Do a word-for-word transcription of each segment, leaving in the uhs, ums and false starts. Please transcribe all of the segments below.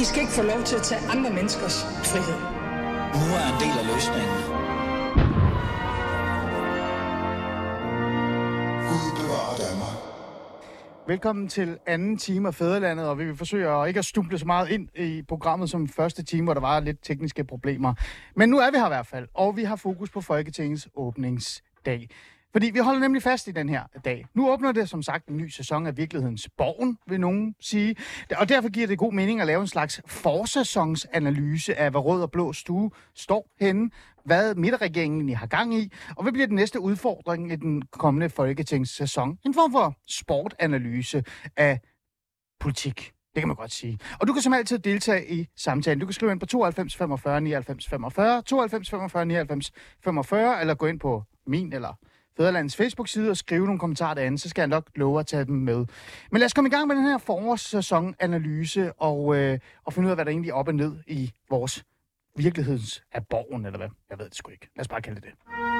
I skal ikke få lov til at tage andre menneskers frihed. Nu er en del af løsningen. Gud bevarer Danmark. Velkommen til anden time af Fædrelandet, og vi vil forsøge at ikke at stumple så meget ind i programmet som første time, hvor der var lidt tekniske problemer. Men nu er vi her i hvert fald, og vi har fokus på Folketingets åbningsdag. Fordi vi holder nemlig fast i den her dag. Nu åbner det som sagt en ny sæson af Virkelighedens Borgen, vil nogen sige. Og derfor giver det god mening at lave en slags forsæsonsanalyse af, hvad rød og blå stue står henne, hvad midterregeringen egentlig har gang i, og hvad bliver den næste udfordring i den kommende folketingssæson. En form for sportanalyse af politik. Det kan man godt sige. Og du kan som altid deltage i samtalen. Du kan skrive ind på tooghalvfems femogfyrre nioghalvfems femogfyrre, tooghalvfems femogfyrre nioghalvfems femogfyrre, eller gå ind på min eller Fædrelandets Facebook-side og skrive nogle kommentarer derinde, så skal jeg nok love at tage dem med. Men lad os komme i gang med den her forårssæsonanalyse og, øh, og finde ud af, hvad der egentlig er op og ned i vores virkelighedens af borgen, eller hvad? Jeg ved det sgu ikke. Lad os bare kalde det det.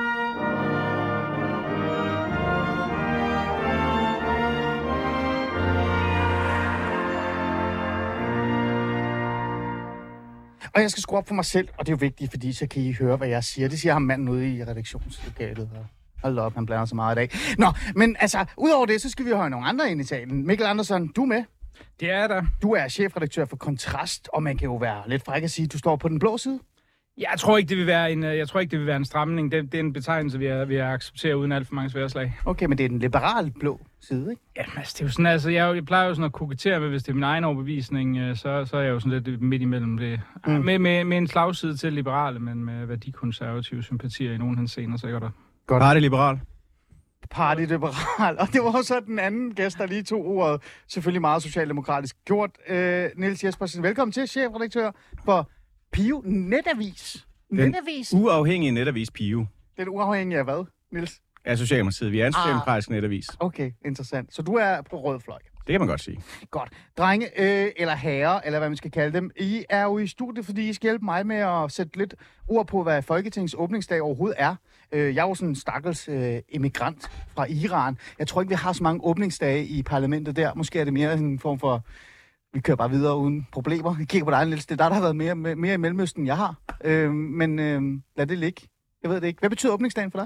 Og jeg skal skrue op for mig selv, og det er jo vigtigt, fordi så kan I høre, hvad jeg siger. Det siger ham manden ude i redaktionslokalet. Hold op, han blander så meget i dag. Nå, men altså, udover det, så skal vi jo have nogle andre ind i talen. Mikkel Andersen, du er med. Det er der. Du er chefredaktør for Kontrast, og man kan jo være lidt fræk at sige, at du står på den blå side. Jeg tror ikke, det vil være en, jeg tror ikke, det vil være en stramning. Det, det er en betegnelse, vi har, vi har accepteret uden alt for mange sværslag. Okay, men det er den liberale blå side, ikke? Ja, altså, det er jo sådan, altså, jeg, jeg plejer jo sådan at kokettere med, hvis det er min egen overbevisning, så, så er jeg jo sådan lidt midt imellem det. Mm. Med, med, med en slagside til liberale, men med værdikonservative sympatier i nogen henseender, så er der. Godt. Party-liberal. Party-liberal. Og det var så den anden gæst, der lige tog ordet. Selvfølgelig meget socialdemokratisk gjort. Øh, Niels Jespersen, velkommen til, chefredaktør for Pio Netavis. Netavis. Den uafhængige Netavis Pio. Den uafhængige af hvad, Niels? Ja, Socialdemokratiet. Vi er en socialdemokratisk ah. Netavis. Okay, interessant. Så du er på rød fløj. Det kan man godt sige. Godt. Drenge, øh, eller herrer, eller hvad man skal kalde dem, I er jo i studiet, fordi I skal hjælpe mig med at sætte lidt ord på, hvad Folketingets åbningsdag overhovedet er. Øh, jeg er jo sådan en stakkels øh, emigrant fra Iran. Jeg tror ikke, vi har så mange åbningsdage i parlamentet der. Måske er det mere en form for, vi kører bare videre uden problemer. Jeg kigger på dig, Niels. Det er der, der har været mere, mere i Mellemøsten, end jeg har. Øh, men øh, lad det ligge. Jeg ved det ikke. Hvad betyder åbningsdagen for dig?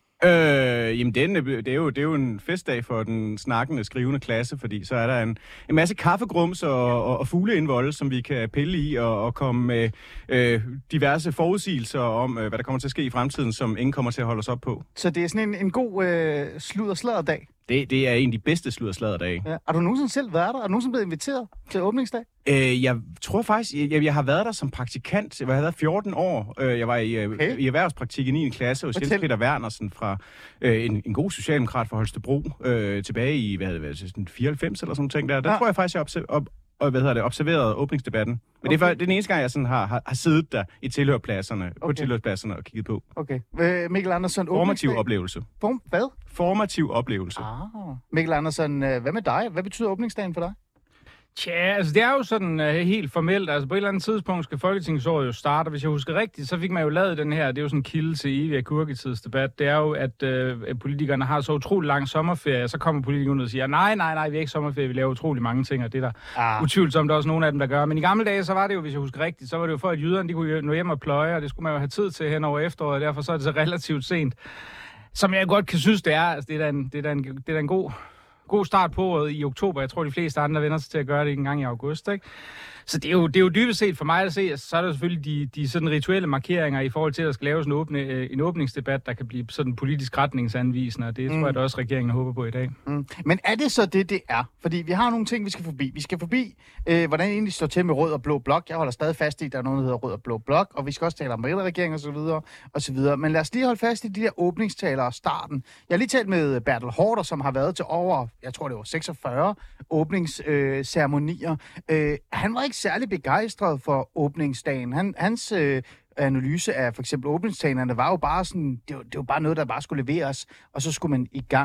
Øh, jamen, den, det, er jo, det er jo en festdag for den snakkende, skrivende klasse, fordi så er der en, en masse kaffegrums og, og, og fugleindvolde, som vi kan pille i og, og komme med øh, diverse forudsigelser om, øh, hvad der kommer til at ske i fremtiden, som ingen kommer til at holde os op på. Så det er sådan en, en god øh, sludder-sladderdag? Det, det er en af de bedste sludder-sladderdage. Ja. Har du nogensinde selv været der? Er du nogensinde blevet inviteret til åbningsdag? Øh, jeg tror faktisk, jeg, jeg har været der som praktikant. Jeg har været fjorten år. Jeg var i, okay. i erhvervspraktik i niende klasse hos Jens Peter Wernersen fra øh, en, en god socialdemokrat fra Holstebro øh, tilbage i hvad, hvad, sådan fireoghalvfems eller sådan ting der. Der ja. tror jeg faktisk, jeg obse- op, og, hvad hedder det, observeret åbningsdebatten. Men okay. det, er, det er den eneste gang, jeg sådan har, har, har siddet der i tilhørpladserne, okay. på tilhørpladserne og kigget på. Okay. Mikkel Andersen, formativ oplevelse. Form, hvad? Formativ oplevelse. Ah. Mikkel Andersen, hvad med dig? Hvad betyder åbningsdagen for dig? Tja, altså det er jo sådan uh, helt formelt. Altså på et eller andet tidspunkt skal Folketingsåret jo starte. Hvis jeg husker rigtigt, så fik man jo lavet den her, det er jo sådan en kilde til evig agurketidsdebat. Det er jo, at uh, politikerne har så utrolig lang sommerferie, og så kommer politikerne ud og siger, nej, nej, nej, vi er ikke sommerferie, vi laver utrolig mange ting, og det er der ah. utvivlsomt også nogle af dem, der gør. Men i gamle dage, så var det jo, hvis jeg husker rigtigt, så var det jo for, at jyderne de kunne nå hjem og pløje, og det skulle man jo have tid til hen over efteråret, og derfor så er det så relativt sent. Som jeg godt kan synes, det er. Altså, det er da en, det er da en, det er da en god... God start på året i oktober. Jeg tror, de fleste andre vender sig til at gøre det en gang i august, ikke? Så det er, jo, det er jo dybest set for mig at se, så er der selvfølgelig de, de sådan rituelle markeringer i forhold til, at der skal laves en, åbne, en åbningsdebat, der kan blive sådan politisk retningsanvisende, og det mm. tror jeg da også, regeringen håber på i dag. Mm. Men er det så det, det er? Fordi vi har nogle ting, vi skal forbi. Vi skal forbi, øh, hvordan det egentlig står til med rød og blå blok. Jeg holder stadig fast i, at der er noget, der hedder rød og blå blok, og vi skal også tale om midterregering og så videre, og så videre. Men lad os lige holde fast i de der åbningstaler og starten. Jeg har lige talt med Bertel Haarder, som har været til over, jeg tror det var seksogfyrre åbningsceremonier. Øh, øh, han var ikke særlig begejstret for åbningsdagen. Han, hans øh, analyse af for eksempel åbningstalerne var jo bare sådan, det var, det var bare noget, der bare skulle leveres, og så skulle man i gang.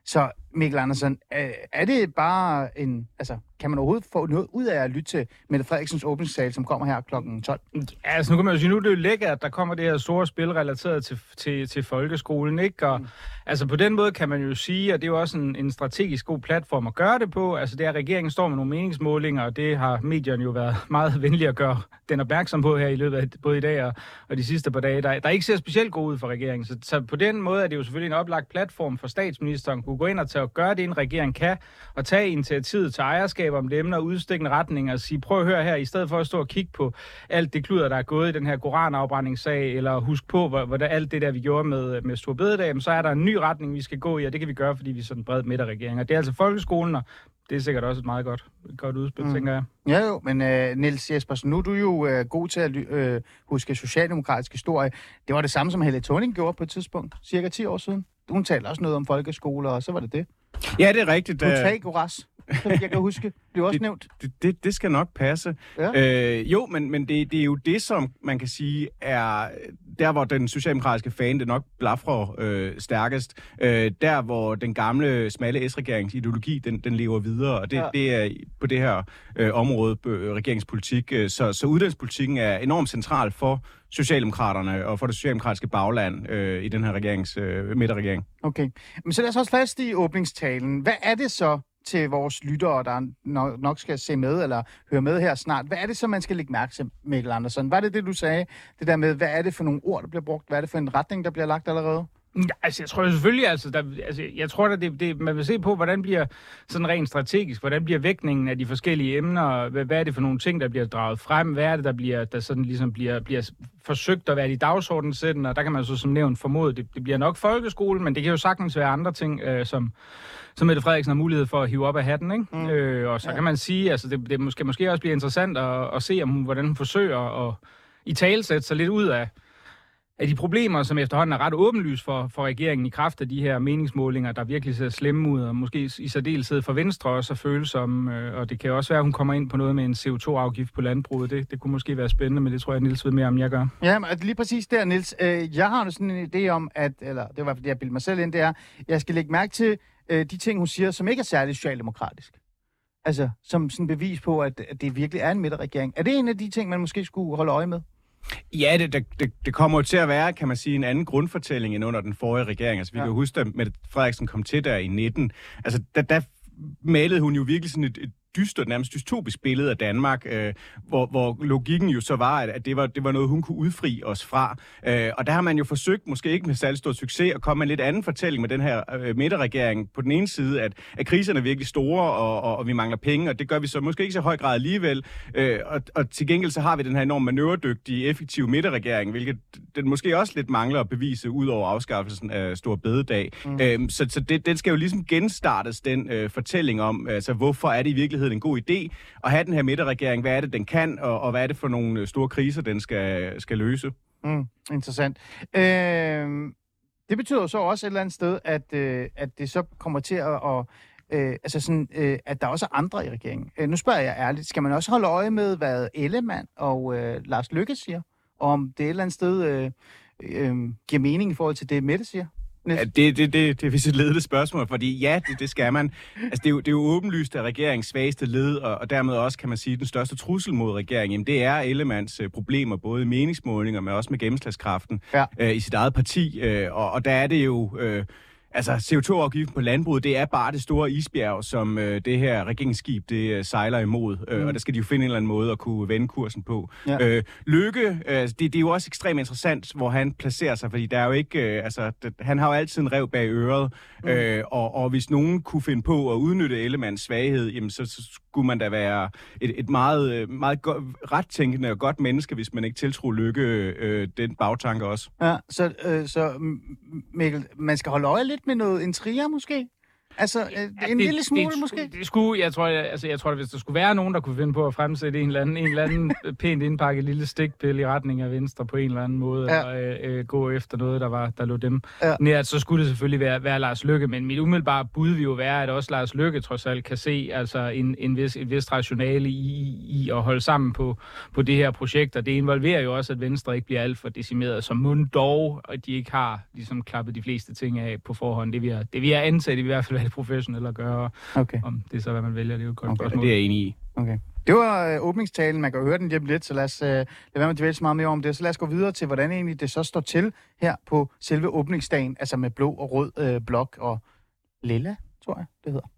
Så Mikkel Andersen, er det bare en... Altså, kan man overhovedet få noget ud af at lytte til Mette Frederiksens åbningstale, som kommer her klokken tolv? Ja, altså nu kan man jo sige, nu er det jo lækkert, at der kommer det her store spil relateret til, til, til folkeskolen, ikke? Og mm. altså på den måde kan man jo sige, at det er jo også en, en strategisk god platform at gøre det på. Altså det er, at regeringen står med nogle meningsmålinger, og det har medierne jo været meget venlige at gøre den opmærksom på her i løbet af både i dag og, og de sidste par dage, der, der ikke ser specielt god ud for regeringen. Så, så på den måde er det jo selvfølgelig en oplagt platform for statsministeren at kunne gå ind og tage og gøre det, en regering kan, og tage initiativet til ejerskab om emner, udstikkende retninger og sige, prøv at høre her, i stedet for at stå og kigge på alt det kluder, der er gået i den her koranafbrændingssag, eller husk på, hvor, hvor der, alt det der, vi gjorde med, med Store Bededag, så er der en ny retning, vi skal gå i, og det kan vi gøre, fordi vi er sådan en bred midterregering. Og det er altså folkeskolen, og det er sikkert også et meget godt, et godt udspil, mm. tænker jeg. Ja jo, men uh, Niels Jespersen, nu er du jo uh, god til at uh, huske socialdemokratisk historie. Det var det samme, som Helle Thorning gjorde på et tidspunkt, cirka ti år siden. Hun talte også noget om folkeskoler, og så var det det. Ja, det er rigtigt. Totalgoras, som jeg kan huske, blev også det, nævnt. Det, det, det skal nok passe. Ja. Øh, jo, men, men det, det er jo det, som man kan sige er der, hvor den socialdemokratiske fan det nok blafrer øh, stærkest. Øh, der, hvor den gamle, smalle S-regerings ideologi, den, den lever videre. Og det, ja. det er på det her øh, område, øh, regeringspolitik. Så, så uddannelsespolitikken er enormt central for Socialdemokraterne og for det socialdemokratiske bagland øh, i den her regerings, øh, midterregering. Okay. Men så lad os også fast i åbningstalen. Hvad er det så til vores lyttere, der nok skal se med eller høre med her snart? Hvad er det så, man skal lægge mærke til, Mikkel Andersen? Var det det, du sagde? Det der med, hvad er det for nogle ord, der bliver brugt? Hvad er det for en retning, der bliver lagt allerede? Ja, altså, jeg tror selvfølgelig, altså, der, altså, jeg tror, at det, det, man vil se på, hvordan bliver sådan rent strategisk, hvordan bliver vægtningen af de forskellige emner, hvad, hvad er det for nogle ting, der bliver draget frem, hvad er det, der bliver, der sådan ligesom bliver, bliver forsøgt at være de dagsordensættende, og der kan man så som nævnt formode, det, det bliver nok folkeskolen, men det kan jo sagtens være andre ting, øh, som, som Mette Frederiksen har mulighed for at hive op af hatten, ikke? Mm. Øh, og så ja. kan man sige, altså det, det måske, måske også bliver interessant at, at se, om hun, hvordan hun forsøger at i talesætte sig lidt ud af af de problemer, som efterhånden er ret åbenlyst for, for regeringen i kraft af de her meningsmålinger, der virkelig ser slemme ud, og måske i særdeleshed for Venstre også er følsomme, øh, og det kan også være, at hun kommer ind på noget med en C O to afgift på landbruget. Det, det kunne måske være spændende, men det tror jeg, Niels ved mere om, jeg gør. Ja, men lige præcis der, Niels. Øh, jeg har sådan en idé om, at, eller det var fordi jeg bildte mig selv ind, det er, jeg skal lægge mærke til øh, de ting, hun siger, som ikke er særlig socialdemokratisk. Altså, som sådan bevis på, at, at det virkelig er en midterregering. Er det en af de ting, man måske skulle holde øje med? Ja, det, det, det kommer jo til at være, kan man sige, en anden grundfortælling end under den forrige regering. Altså, vi ja. kan jo huske, at Mette Frederiksen kom til der i nitten. Altså, der, der malede hun jo virkelig sådan et, et dystert, nærmest dystopisk billede af Danmark, øh, hvor, hvor logikken jo så var, at det var, det var noget, hun kunne udfri os fra. Øh, og der har man jo forsøgt, måske ikke med særlig stor succes, at komme med en lidt anden fortælling med den her øh, midterregering. På den ene side, at, at kriserne er virkelig store, og, og, og vi mangler penge, og det gør vi så måske ikke så høj grad alligevel. Øh, og, og til gengæld så har vi den her enormt manøvredygtige, effektive midterregering, hvilket den måske også lidt mangler at bevise, ud over afskaffelsen af Store Bededag. Mm. Øh, så så det, den skal jo ligesom genstartes, den øh, fortælling om, altså hvorfor er det i virkeligheden en god idé at have den her midterregering. Hvad er det, den kan, og, og hvad er det for nogle store kriser, den skal, skal løse? Mm, interessant. Øh, det betyder så også et eller andet sted, at, øh, at det så kommer til at... Og, øh, altså sådan, øh, at der også er andre i regeringen. Øh, nu spørger jeg ærligt, skal man også holde øje med, hvad Ellemann og øh, Lars Løkke siger? Og om det et eller andet sted øh, øh, giver mening i forhold til det, Mette siger? Ja, det, det, det, det er vist et ledet spørgsmål, fordi ja, det, det skal man. Altså, det, er jo, det er jo åbenlyst, at regeringens svageste led, og, og dermed også, kan man sige, den største trussel mod regeringen, jamen, det er Ellemanns øh, problemer, både i meningsmålinger, men også med gennemslagskraften ja. øh, i sit eget parti. Øh, og, og der er det jo... Øh, Altså, C O to afgiften på landbruget, det er bare det store isbjerg, som øh, det her regeringsskib, det øh, sejler imod. Øh, mm. Og der skal de jo finde en eller anden måde at kunne vende kursen på. Ja. Øh, Løkke, øh, det, det er jo også ekstremt interessant, hvor han placerer sig, fordi der er jo ikke... Øh, altså, det, han har jo altid en rev bag øret. Mm. Øh, og, og hvis nogen kunne finde på at udnytte Ellemanns svaghed, jamen, så, så skulle man da være et, et meget, meget go- rettænkende og godt menneske, hvis man ikke tiltror Løkke øh, den bagtanke også. Ja, så, øh, så Mikkel, man skal holde øje lidt med noget intriger måske? Altså, ja, en det, lille smule det, måske? Det skulle, jeg tror, jeg, altså, jeg tror, at hvis der skulle være nogen, der kunne finde på at fremsætte en eller anden, en eller anden pænt indpakket lille stikpille i retning af Venstre på en eller anden måde, ja. eller øh, øh, gå efter noget, der, var, der lå dem ja. nært, så skulle det selvfølgelig være, være Lars Løkke. Men mit umiddelbare bud vil jo være, at også Lars Løkke trods alt kan se altså, en, en vis, et vis rationale i, i at holde sammen på, på det her projekt. Og det involverer jo også, at Venstre ikke bliver alt for decimeret som mund dog, og de ikke har ligesom klappet de fleste ting af på forhånd. Det vi har, det vi har ansat, det vil i hvert fald være det professionelle at gøre. Okay. Om det er så, hvad man vælger, det er jo et godt okay, spørgsmål. Det er jeg enig i. Okay. Det var øh, åbningstalen. Man kan jo høre den lige lidt, så lad os øh, lade være med at dvæle så meget mere om det. Så lad os gå videre til, hvordan egentlig det så står til her på selve åbningsdagen, altså med blå og rød øh, blok og lilla, tror jeg, det hedder.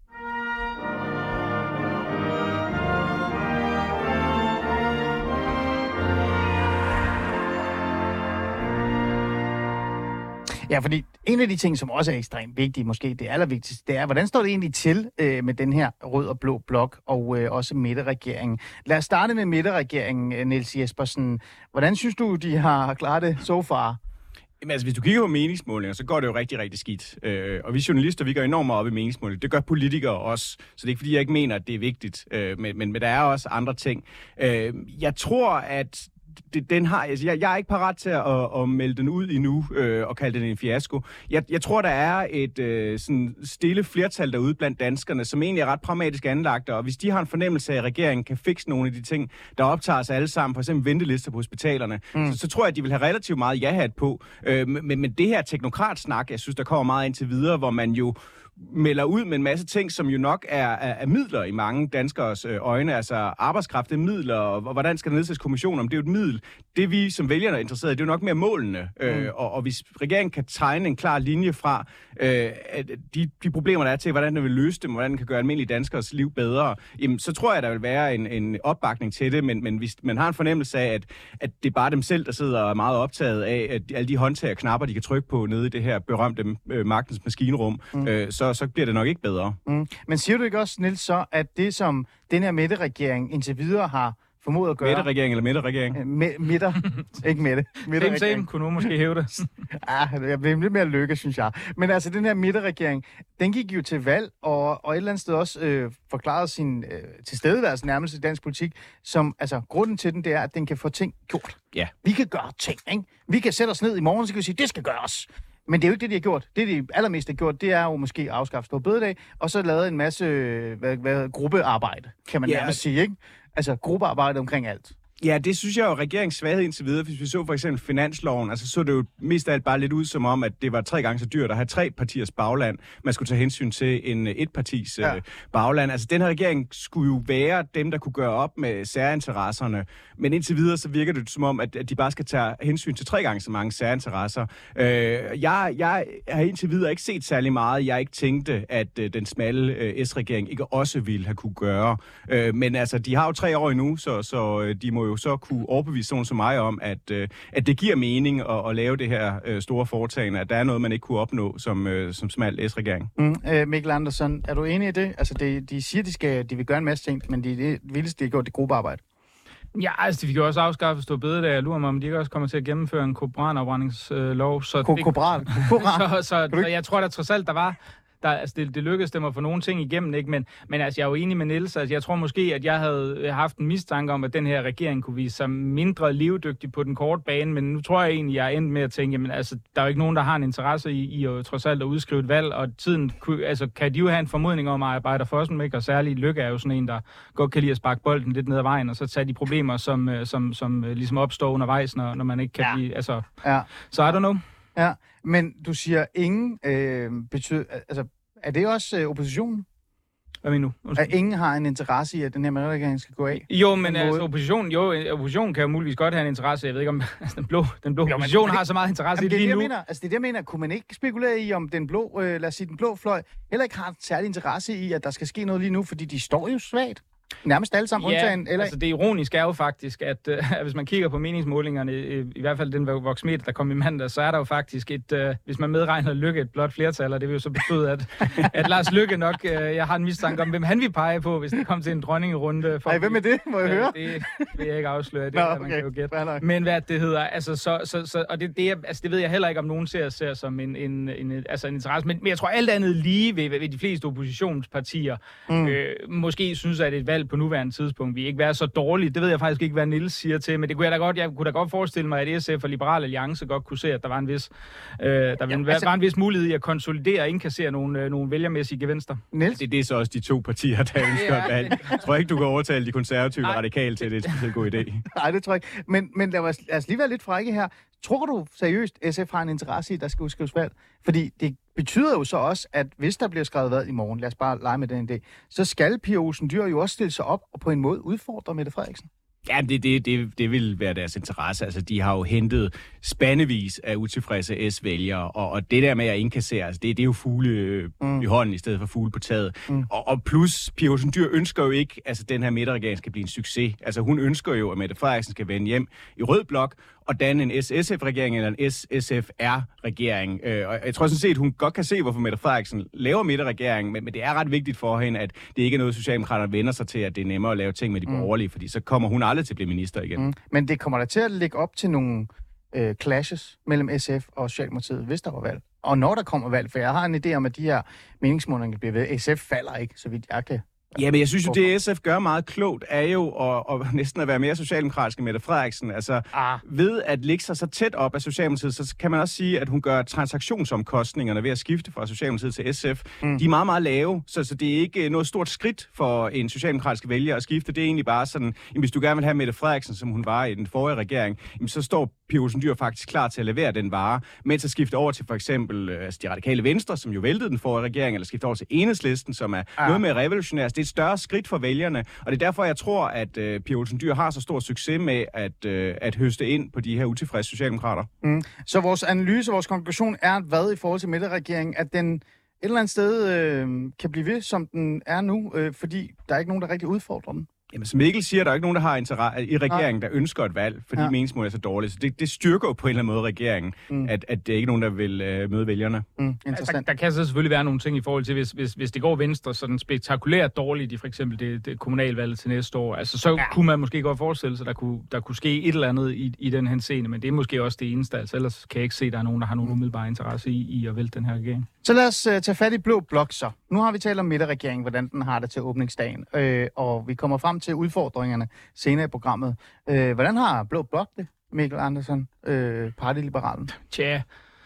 Ja, fordi en af de ting, som også er ekstremt vigtige, måske det allervigtigste, det er, hvordan står det egentlig til øh, med den her rød og blå blok og øh, også midterregeringen? Lad os starte med midterregeringen, Niels Jespersen. Hvordan synes du, de har klaret det so far? Jamen, altså, hvis du kigger på meningsmålinger, så går det jo rigtig, rigtig skidt. Øh, og vi journalister, vi går enormt meget op i meningsmålinger. Det gør politikere også. Så det er ikke, fordi jeg ikke mener, at det er vigtigt. Øh, men, men, men der er også andre ting. Øh, jeg tror, at Det, den har, altså jeg, jeg er ikke parat til at, at, at melde den ud endnu øh, og kalde den en fiasko. Jeg, jeg tror, der er et øh, sådan stille flertal derude blandt danskerne, som egentlig er ret pragmatisk anlagte, og hvis de har en fornemmelse af, at regeringen kan fikse nogle af de ting, der optager os alle sammen, for eksempel ventelister på hospitalerne, mm. så, så tror jeg, at de vil have relativt meget ja-hat på. Øh, men, men det her teknokratsnak, jeg synes, der kommer meget indtil videre, hvor man jo melder ud med en masse ting, som jo nok er, er, er midler i mange danskers øh, øjne. Altså arbejdskraft er midler, og, og hvordan skal der nedsættes kommission om? Det er jo et middel. Det vi som vælgerne er interesseret i, det er jo nok mere målene. Mm. Øh, og, og hvis regeringen kan tegne en klar linje fra øh, at de, de problemer, der er til, hvordan den vil løse dem, hvordan den kan gøre almindelige danskers liv bedre, jamen, så tror jeg, der vil være en, en opbakning til det. Men, men hvis man har en fornemmelse af, at, at det er bare dem selv, der sidder og er meget optaget af, at alle de håndtag og knapper, de kan trykke på nede i det her berømte øh, magtens maskinrum, mm. øh, så, så bliver det nok ikke bedre. Mm. Men siger du ikke også, Niels, så, at det, som den her midterregering indtil videre har formået at gøre... Midterregering eller midterregering? Øh, midter. Ikke midte. Same, same. Kunne nu måske hæve det. Ja, jeg blev lidt mere lykke, synes jeg. Men altså, den her midterregering, den gik jo til valg, og, og et eller andet sted også øh, forklarede sin øh, tilstedeværelse nærmest i dansk politik, som, altså, grunden til den, det er, at den kan få ting gjort. Ja. Vi kan gøre ting, ikke? Vi kan sætte os ned i morgen, så kan vi sige, det skal gøres. Men det er jo ikke det, de har gjort. Det, de allermest har gjort, det er jo måske at afskaffe store bededag, og så lavet en masse hvad, hvad, gruppearbejde, kan man ja. nærmest sige, ikke? Altså gruppearbejde omkring alt. Ja, det synes jeg jo er regeringens svaghed indtil videre. Hvis vi så for eksempel finansloven, altså så det jo mest af alt bare lidt ud som om, at det var tre gange så dyrt at have tre partiers bagland. Man skulle tage hensyn til en et partis ja. øh, bagland. Altså den her regering skulle jo være dem, der kunne gøre op med særinteresserne. Men indtil videre så virker det som om, at, at de bare skal tage hensyn til tre gange så mange særinteresser. Øh, jeg, jeg har indtil videre ikke set særlig meget, jeg ikke tænkte, at øh, den smalle øh, S-regering ikke også ville have kunne gøre. Øh, men altså, de har jo tre år endnu, så, så øh, de må jo så kunne overbevise sådan som mig om, at, øh, at det giver mening at, at lave det her øh, store foretagende, at der er noget, man ikke kunne opnå som, øh, som smal S-regering. Mm, øh, Mikkel Andersen, er du enig i det? Altså, det, de siger, de skal, de vil gøre en masse ting, men de, det vildeste, de har gjort det gruppearbejde. Ja, altså, de fik jo også afskaffe store bededag. Jeg lurer mig, om de ikke også kommer til at gennemføre en koranafbrændingslov. Så, Koran. så, så, så jeg tror da trods alt, der var... Der, altså det, det lykkedes dem at få nogle ting igennem, ikke? Men, men altså, jeg er jo enig med Niels. Altså, jeg tror måske, at jeg havde haft en mistanke om, at den her regering kunne vise sig mindre levedygtig på den korte bane, men nu tror jeg egentlig, jeg er endt med at tænke, jamen, altså, der er jo ikke nogen, der har en interesse i, i at trods alt at udskrive et valg, og tiden, altså, kan de jo have en formodning om at arbejde for dem, ikke? Og særligt Løkke er jo sådan en, der godt kan lide at sparke bolden lidt ned ad vejen, og så tage de problemer, som, som, som ligesom opstår undervejs, når, når man ikke kan ja. blive, altså, ja. Så I don't know. Ja, men du siger ingen øh, betyder, altså, er det også øh, oppositionen? Hvad mener du? At ingen har en interesse i, at den her midterregering skal gå af? Jo, men altså, oppositionen, jo, oppositionen kan jo muligvis godt have en interesse. Jeg ved ikke, om altså, den blå, den blå jo, opposition det, har så meget interesse jamen, i det lige nu. Mener, altså, det er det, jeg mener. Kunne man ikke spekulere i, om den blå, øh, lad os sige, den blå fløj, heller ikke har en særlig interesse i, at der skal ske noget lige nu, fordi de står jo svagt? Nærmest alle sammen, ja, undtagen eller... altså det ironiske er jo faktisk, at uh, hvis man kigger på meningsmålingerne, i, i hvert fald den Voxmeter, der kom i mandag, så er der jo faktisk et, uh, hvis man medregner Løkke, et blot flertal, og det vil jo så betyde, at, at Lars Løkke nok, uh, jeg har en mistanke om, hvem han vil pege på, hvis det kommer til en dronningerunde. Ej, hvem er det? Må jeg uh, høre? Det vil jeg ikke afsløre, det Nå, er, okay. man kan jo gætte. Men hvad det hedder, altså så, så, så og det, det, er, altså, det ved jeg heller ikke, om nogen ser, ser som en, en, en, altså en interesse, men, men jeg tror alt andet lige ved, ved de fleste oppositionspartier, mm. øh, måske synes, at et valg på nuværende tidspunkt vi ikke være så dårligt. Det ved jeg faktisk ikke, hvad Niels siger til, men det kunne jeg da godt, jeg kunne da godt forestille mig, at S F og Liberal Alliance godt kunne se, at der var en vis, øh, der ja, var, altså, var en vis mulighed i at konsolidere og indkassere nogle, øh, nogle vælgermæssige gevinster. Niels? Det, det er så også de to partier, der ønsker et valg. Jeg tror ikke, du kan overtale de konservative og radikale til, at det er en specielt god idé. Nej, det tror jeg ikke. Men, men lad os, lad os lige være lidt frække her. Tror du seriøst, S F har en interesse i, at der skal udskrives valg? Fordi det betyder jo så også, at hvis der bliver skrevet valg i morgen, lad os bare lege med den idé, så skal Pia Olsen Dyhr jo også stille sig op og på en måde udfordre Mette Frederiksen. Ja, det, det, det, det vil være deres interesse. Altså, de har jo hentet spandevis af utilfredse S-vælgere, og, og det der med at indkassere, altså, det, det er jo fugle mm. i hånden i stedet for fugle på taget. Mm. Og, og plus, Pia Olsen Dyhr ønsker jo ikke, at altså, den her midterregering skal blive en succes. Altså, hun ønsker jo, at Mette Frederiksen skal vende hjem i rød blok, og danne en S S F-regering eller en S S F R-regering. Øh, og jeg tror sådan set, hun godt kan se, hvorfor Mette Frederiksen laver midterregeringen, men, men det er ret vigtigt for hende, at det ikke er noget, Socialdemokraterne vender sig til, at det er nemmere at lave ting med de mm. borgerlige, fordi så kommer hun aldrig til at blive minister igen. Mm. Men det kommer der til at lægge op til nogle øh, clashes mellem S F og Socialdemokratiet, hvis der var valg. Og når der kommer valg, for jeg har en idé om, at de her meningsmålinger bliver ved. S F falder ikke, så vidt jeg kan. Ja, men jeg synes jo, det S F gør meget klogt, er jo at, at næsten at være mere socialdemokratisk end Mette Frederiksen. Altså, ah. ved at ligge sig så tæt op af Socialdemokratiet, så kan man også sige, at hun gør transaktionsomkostningerne ved at skifte fra Socialdemokratiet til S F. Mm. De er meget, meget lave, så, så det er ikke noget stort skridt for en socialdemokratisk vælger at skifte. Det er egentlig bare sådan, jamen, hvis du gerne vil have Mette Frederiksen, som hun var i den forrige regering, jamen, så står Pia Olsen Dyhr faktisk klar til at levere den vare, mens at skifte over til for eksempel altså de radikale venstre, som jo væltede den forrige regering, eller skifte over til Enhedslisten, som er ah. noget mere revolutionært. Det er et større skridt for vælgerne, og det er derfor, jeg tror, at øh, Pia Olsen Dyhr har så stor succes med at, øh, at høste ind på de her utilfredse socialdemokrater. Mm. Så vores analyse, vores konklusion er, hvad i forhold til midterregeringen, at den et eller andet sted øh, kan blive ved, som den er nu, øh, fordi der er ikke nogen, der rigtig udfordrer den. Jamen, som Mikkel siger, der er ikke nogen, der har interesse i regeringen, der ønsker et valg, fordi ja. meningsmålingerne er så dårlige. Så det, det styrker jo på en eller anden måde regeringen, mm. at, at det er ikke nogen, der vil øh, møde vælgerne. Mm. Altså, der, der kan så selvfølgelig være nogle ting i forhold til, hvis, hvis, hvis det går Venstre sådan spektakulært dårligt i for eksempel det, det kommunalvalget til næste år, altså så ja. kunne man måske godt forestille sig, at der kunne, der kunne ske et eller andet i, i den henseende, men det er måske også det eneste. Altså, ellers kan jeg ikke se, at der er nogen, der har nogen umiddelbare interesse i, i at vælte den her regering. Så lad os uh, tage fat i Blå Blok så. Nu har vi talt om midterregeringen, hvordan den har det til åbningsdagen, øh, og vi kommer frem til udfordringerne senere i programmet. Øh, hvordan har Blå Blok det, Mikkel Andersen, øh, Parti-liberalen? Tja,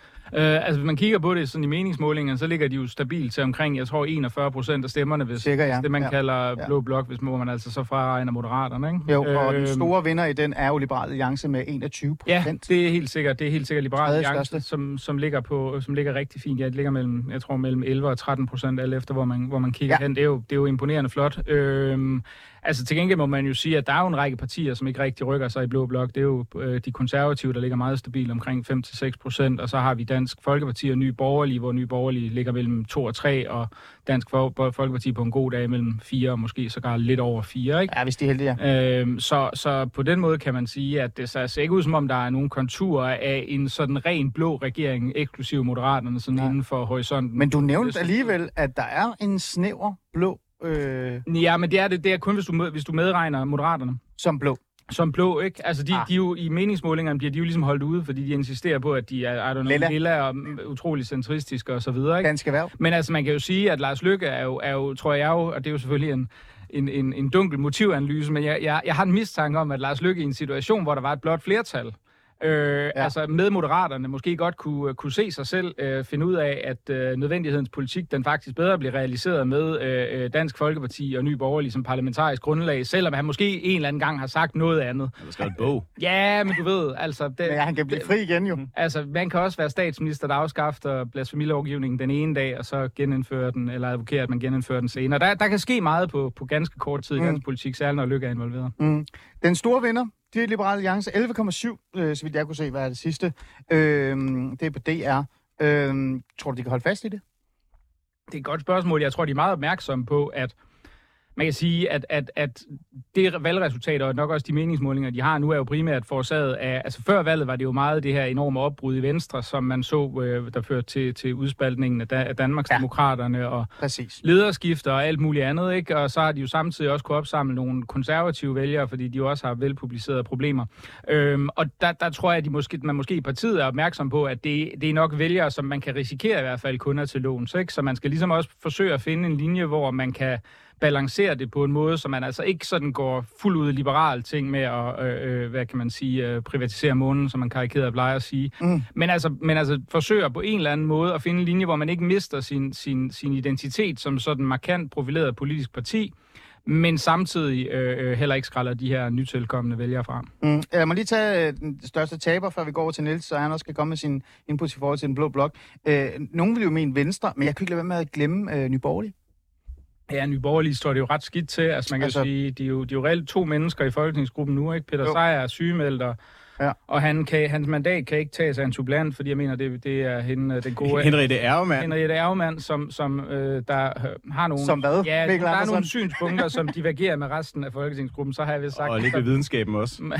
øh, altså hvis man kigger på det sådan i meningsmålingerne, så ligger de jo stabilt til omkring, jeg tror, enogfyrre procent af stemmerne, hvis Sikker, ja. det man ja. kalder ja. Blå Blok, hvis man altså så fraregner Moderaterne, ikke? Jo, og øh, den store vinder i den er jo Liberal Alliance med enogtyve procent. Ja, det er helt sikkert, det er helt sikkert Liberal Alliance, som, som ligger på, som ligger rigtig fint. Ja, det ligger mellem, jeg tror, mellem elleve og tretten procent alt efter, hvor man, hvor man kigger ja. hen. Det er, jo, det er jo imponerende flot. Øh, Altså til gengæld må man jo sige, at der er jo en række partier, som ikke rigtig rykker sig i Blå Blok. Det er jo øh, de konservative, der ligger meget stabilt omkring fem til seks procent, og så har vi Dansk Folkeparti og Nye Borgerlige, hvor Nye Borgerlige ligger mellem to og tre, og Dansk Folkeparti på en god dag mellem fire og måske sågar lidt over fire, ikke? Ja, hvis de er heldige, ja. Øhm, så, så på den måde kan man sige, at det ser ikke ud som om, der er nogle konturer af en sådan ren blå regering, eksklusiv Moderaterne, sådan inden for horisonten. Men du nævnte alligevel, at der er en snæver blå Øh... Ja, men det er det, det er kun, hvis du, hvis du medregner Moderaterne. Som blå. Som blå, ikke? Altså, de, ah. de jo, i meningsmålingerne bliver de jo ligesom holdt ude, fordi de insisterer på, at de er, I don't know, lilla. lilla og utrolig centristiske og så videre, ikke? Dansk erhverv. Men altså, man kan jo sige, at Lars Løkke er jo, er jo tror jeg jo, og det er jo selvfølgelig en, en, en, en dunkel motivanalyse, men jeg, jeg, jeg har en mistanke om, at Lars Løkke i en situation, hvor der var et blot flertal, Øh, ja. altså med Moderaterne måske godt kunne, kunne se sig selv øh, finde ud af, at øh, nødvendighedens politik, den faktisk bedre bliver realiseret med øh, Dansk Folkeparti og Nye Borgerlige som parlamentarisk grundlag, selvom han måske en eller anden gang har sagt noget andet. Han har skrevet et bog. Ja, men du ved, altså... Det, ja, han kan blive fri igen jo. Altså, man kan også være statsminister, der afskaffer blasfemilovgivningen den ene dag, og så genindfører den, eller advokerer, at man genindfører den senere. Der, der kan ske meget på, på ganske kort tid i mm. dansk politik, særligt når Løkke er involveret. Mm. Den store vinder, det er Liberal Alliance, elleve komma syv, øh, så vidt jeg kunne se, hvad er det sidste. Øh, det er på D R. Øh, tror du, de kan holde fast i det? Det er et godt spørgsmål. Jeg tror, de er meget opmærksomme på, at man kan sige, at, at, at det valgresultater og nok også de meningsmålinger, de har nu, er jo primært forårsaget af, altså før valget var det jo meget det her enorme opbrud i Venstre, som man så, øh, der førte til, til udspaltningen af, da, af Danmarksdemokraterne ja. og Præcis. lederskifter og alt muligt andet, ikke? Og så har de jo samtidig også kunne opsamle nogle konservative vælgere, fordi de jo også har velpublicerede problemer. Øhm, og der, der tror jeg, at de måske, man måske i partiet er opmærksom på, at det, det er nok vælgere, som man kan risikere i hvert fald kunder til låns, ikke? Så man skal ligesom også forsøge at finde en linje, hvor man kan balancere det på en måde, så man altså ikke sådan går fuldt ud liberal ting med at, øh, hvad kan man sige, øh, privatisere månen, som man karikeret plejer at sige. Mm. Men, altså, men altså forsøger på en eller anden måde at finde en linje, hvor man ikke mister sin, sin, sin identitet som sådan markant profileret politisk parti, men samtidig øh, heller ikke skræller de her nytilkommende vælgere fra. Mm. Jeg må lige tage den største taber, før vi går over til Niels, så han også skal komme med sin input i forhold til den blå blok. Øh, nogen vil jo mene Venstre, men jeg kan ikke lade være med at glemme øh, Nye Borgerlige. Ja, Nye Borgerlige står det jo ret skidt til. Altså man kan altså, sige, de er, jo, de er jo reelt to mennesker i folketingsgruppen nu, ikke? Peter Sejer er sygemeldt, og, ja. og han kan, hans mandat kan ikke tages af en suppleant, fordi jeg mener, det, det er hende, den gode... Henriette Ærgemand. Henriette Ærgemand, som, som øh, der har nogle... Som hvad? Ja, der er nogle synspunkter, som divergerer med resten af folketingsgruppen, så har jeg vist sagt... Og lidt ved videnskaben også.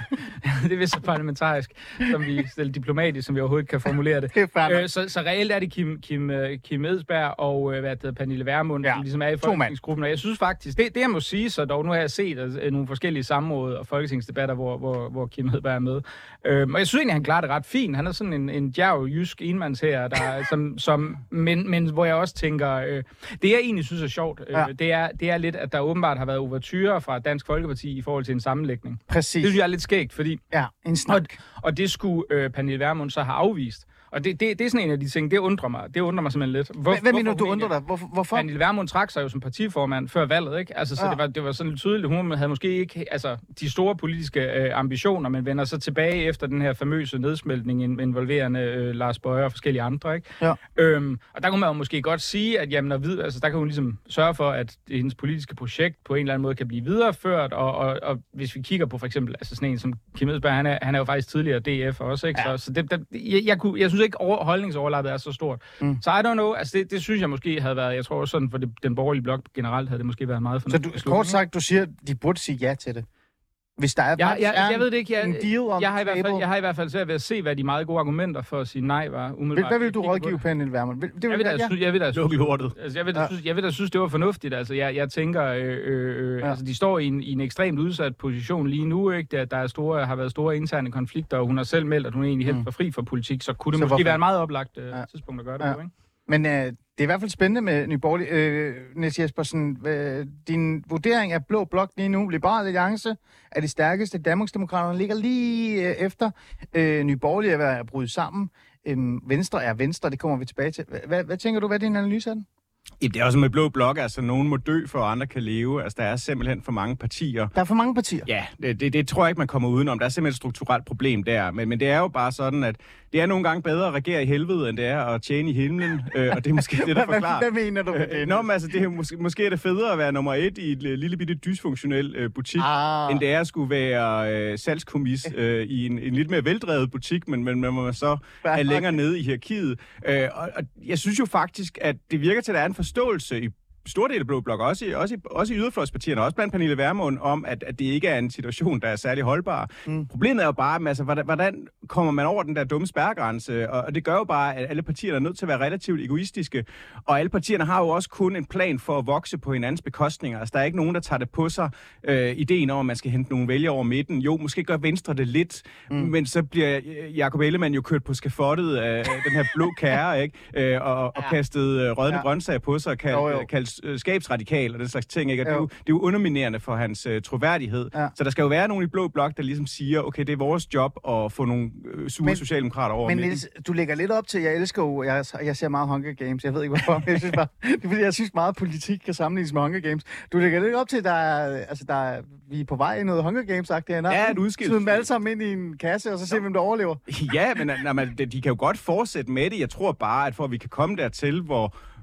Det er vist så parlamentarisk, som vi stille diplomatisk, som vi overhovedet kan formulere det. det er øh, så, så reelt er det Kim, Kim, Kim Edsberg og hvad det hedder, Pernille Vermund, ja. som ligesom er i folketingsgruppen. Og jeg synes faktisk, det, det jeg må sige, så dog nu har jeg set altså, nogle forskellige samråd og folketingsdebatter, hvor, hvor, hvor Kim Edsberg er med. Øhm, og jeg synes egentlig, han klarer det ret fint. Han er sådan en, en djærv, jysk enmandsherre, der som, som, men, men hvor jeg også tænker, øh, det jeg egentlig synes er sjovt, øh, ja. det, er, det er lidt, at der åbenbart har været ouverturer fra Dansk Folkeparti i forhold til en sammenlægning. Præcis. Det synes jeg er lidt skægt, fordi... Ja, en snak. Og, og det skulle øh, Pernille Vermund så have afvist. Og det, det, det er sådan en af de ting, det undrer mig. Det undrer mig simpelthen lidt. Hvor, Hvad mener du undrer dig? Hvorfor? hvorfor? Pernille Vermund trak sig jo som partiformand før valget, ikke? Altså, så ja. det, var, det var sådan lidt tydeligt. Hun havde måske ikke altså, de store politiske øh, ambitioner, men vender så tilbage efter den her famøse nedsmeltning involverende øh, Lars Boje og forskellige andre, ikke? Ja. Øhm, og der kunne man jo måske godt sige, at jamen, vid, altså, der kan hun ligesom sørge for, at hendes politiske projekt på en eller anden måde kan blive videreført, og, og, og hvis vi kigger på for eksempel altså sådan en som Kim Edsberg, han er, han er jo faktisk tidligere D F også, ikke? Ja. Så, så det, det, jeg, jeg, kunne, jeg synes ikke, over, holdningsoverlappet er så stort. Mm. Så I don't know, altså det, det synes jeg måske havde været, jeg tror også sådan, for det, den borgerlige blok generelt havde det måske været meget fornuftigt. Så du, kort sagt, du siger, de burde sige ja til det? Hvis der er, jeg, jeg, jeg, jeg ved det ikke, jeg, en deal om jeg, har i hvert fald, jeg har i hvert fald svært ved at se, hvad de meget gode argumenter for at sige nej var umiddelbart. Hvad vil du rådgive Pernille Vermund? Det vil jeg vil da, ja. synes, jeg vil da synes, altså, jeg vil da, ja. synes, jeg vil da synes, det var fornuftigt. Altså, jeg, jeg tænker, øh, øh, ja. altså, de står i en, i en ekstremt udsat position lige nu, ikke? Der, der er store, har været store interne konflikter, og hun har selv meldt, at hun egentlig helt var fri for politik, så kunne det så måske hvorfor? være en meget oplagt øh, ja. tidspunkt at gøre det ja. på, ikke? Men øh, det er i hvert fald spændende med Nye Borgerlige. Øh, Niels Jespersen, øh, din vurdering af Blå Blok lige nu, Liberal Alliance, er det stærkeste. Danmarksdemokraterne ligger lige øh, efter. Øh, Nye Borgerlige er ved at bryde sammen. Øh, Venstre er Venstre, det kommer vi tilbage til. Hvad, hvad tænker du, hvad er din analyse af den? Ja, det er også med Blå Blok, altså nogen må dø, for andre kan leve. Altså, der er simpelthen for mange partier. Der er for mange partier? Ja, det, det, det tror jeg ikke, man kommer udenom. Der er simpelthen et strukturelt problem der. Men, men det er jo bare sådan, at det er nogle gange bedre at regere i helvede, end det er at tjene i himlen. øh, og det er måske det, der forklarer. Hvad mener du med det? Nå, men altså, det er, måske, måske er det federe at være nummer et i et lille bitte dysfunktionel øh, butik, ah. end det er at skulle være øh, salgskommis øh, i en, en lidt mere veldrevet butik, men, men man må så er længere nede i hierarkiet. Øh, og, og jeg synes jo faktisk, at det virker til, at der er en forståelse i stor del af Blå Blok, også i, også i, også i yderfløjspartierne, også blandt Pernille Vermund, om, at, at det ikke er en situation, der er særlig holdbar. Mm. Problemet er jo bare, altså, hvordan, hvordan kommer man over den der dumme spærregrænse? Og, og det gør jo bare, at alle partierne er nødt til at være relativt egoistiske, og alle partierne har jo også kun en plan for at vokse på hinandens bekostninger. Altså, der er ikke nogen, der tager det på sig, øh, ideen om, at man skal hente nogle vælgere over midten. Jo, måske gør Venstre det lidt, mm. men så bliver Jakob Ellemann jo kørt på skafottet af den her blå kære, ikke? Øh, og, og ja. kastet øh, rødne ja. grøntsager på sig, og kaldt kald, skabsradikal og den slags ting, ikke? Og det, er jo, det er jo underminerende for hans uh, troværdighed. Ja. Så der skal jo være nogen i Blå Blok, der ligesom siger, okay, det er vores job at få nogle uh, sure men, socialdemokrater over. Men Niels, du lægger lidt op til, jeg elsker jo, jeg, jeg ser meget Hunger Games, jeg ved ikke hvorfor, men jeg synes bare, det er fordi, jeg synes meget politik kan sammenlignes med Hunger Games. Du lægger lidt op til, der er, altså der er, vi er på vej i noget Hunger Games-sagt derinde. Ja, et udskilt. Smid dem alle sammen ind i en kasse, og så se, hvem der overlever. Ja, men nej, man, de kan jo godt fortsætte med det. Jeg tror bare, at for at vi kan komme dertil, hvor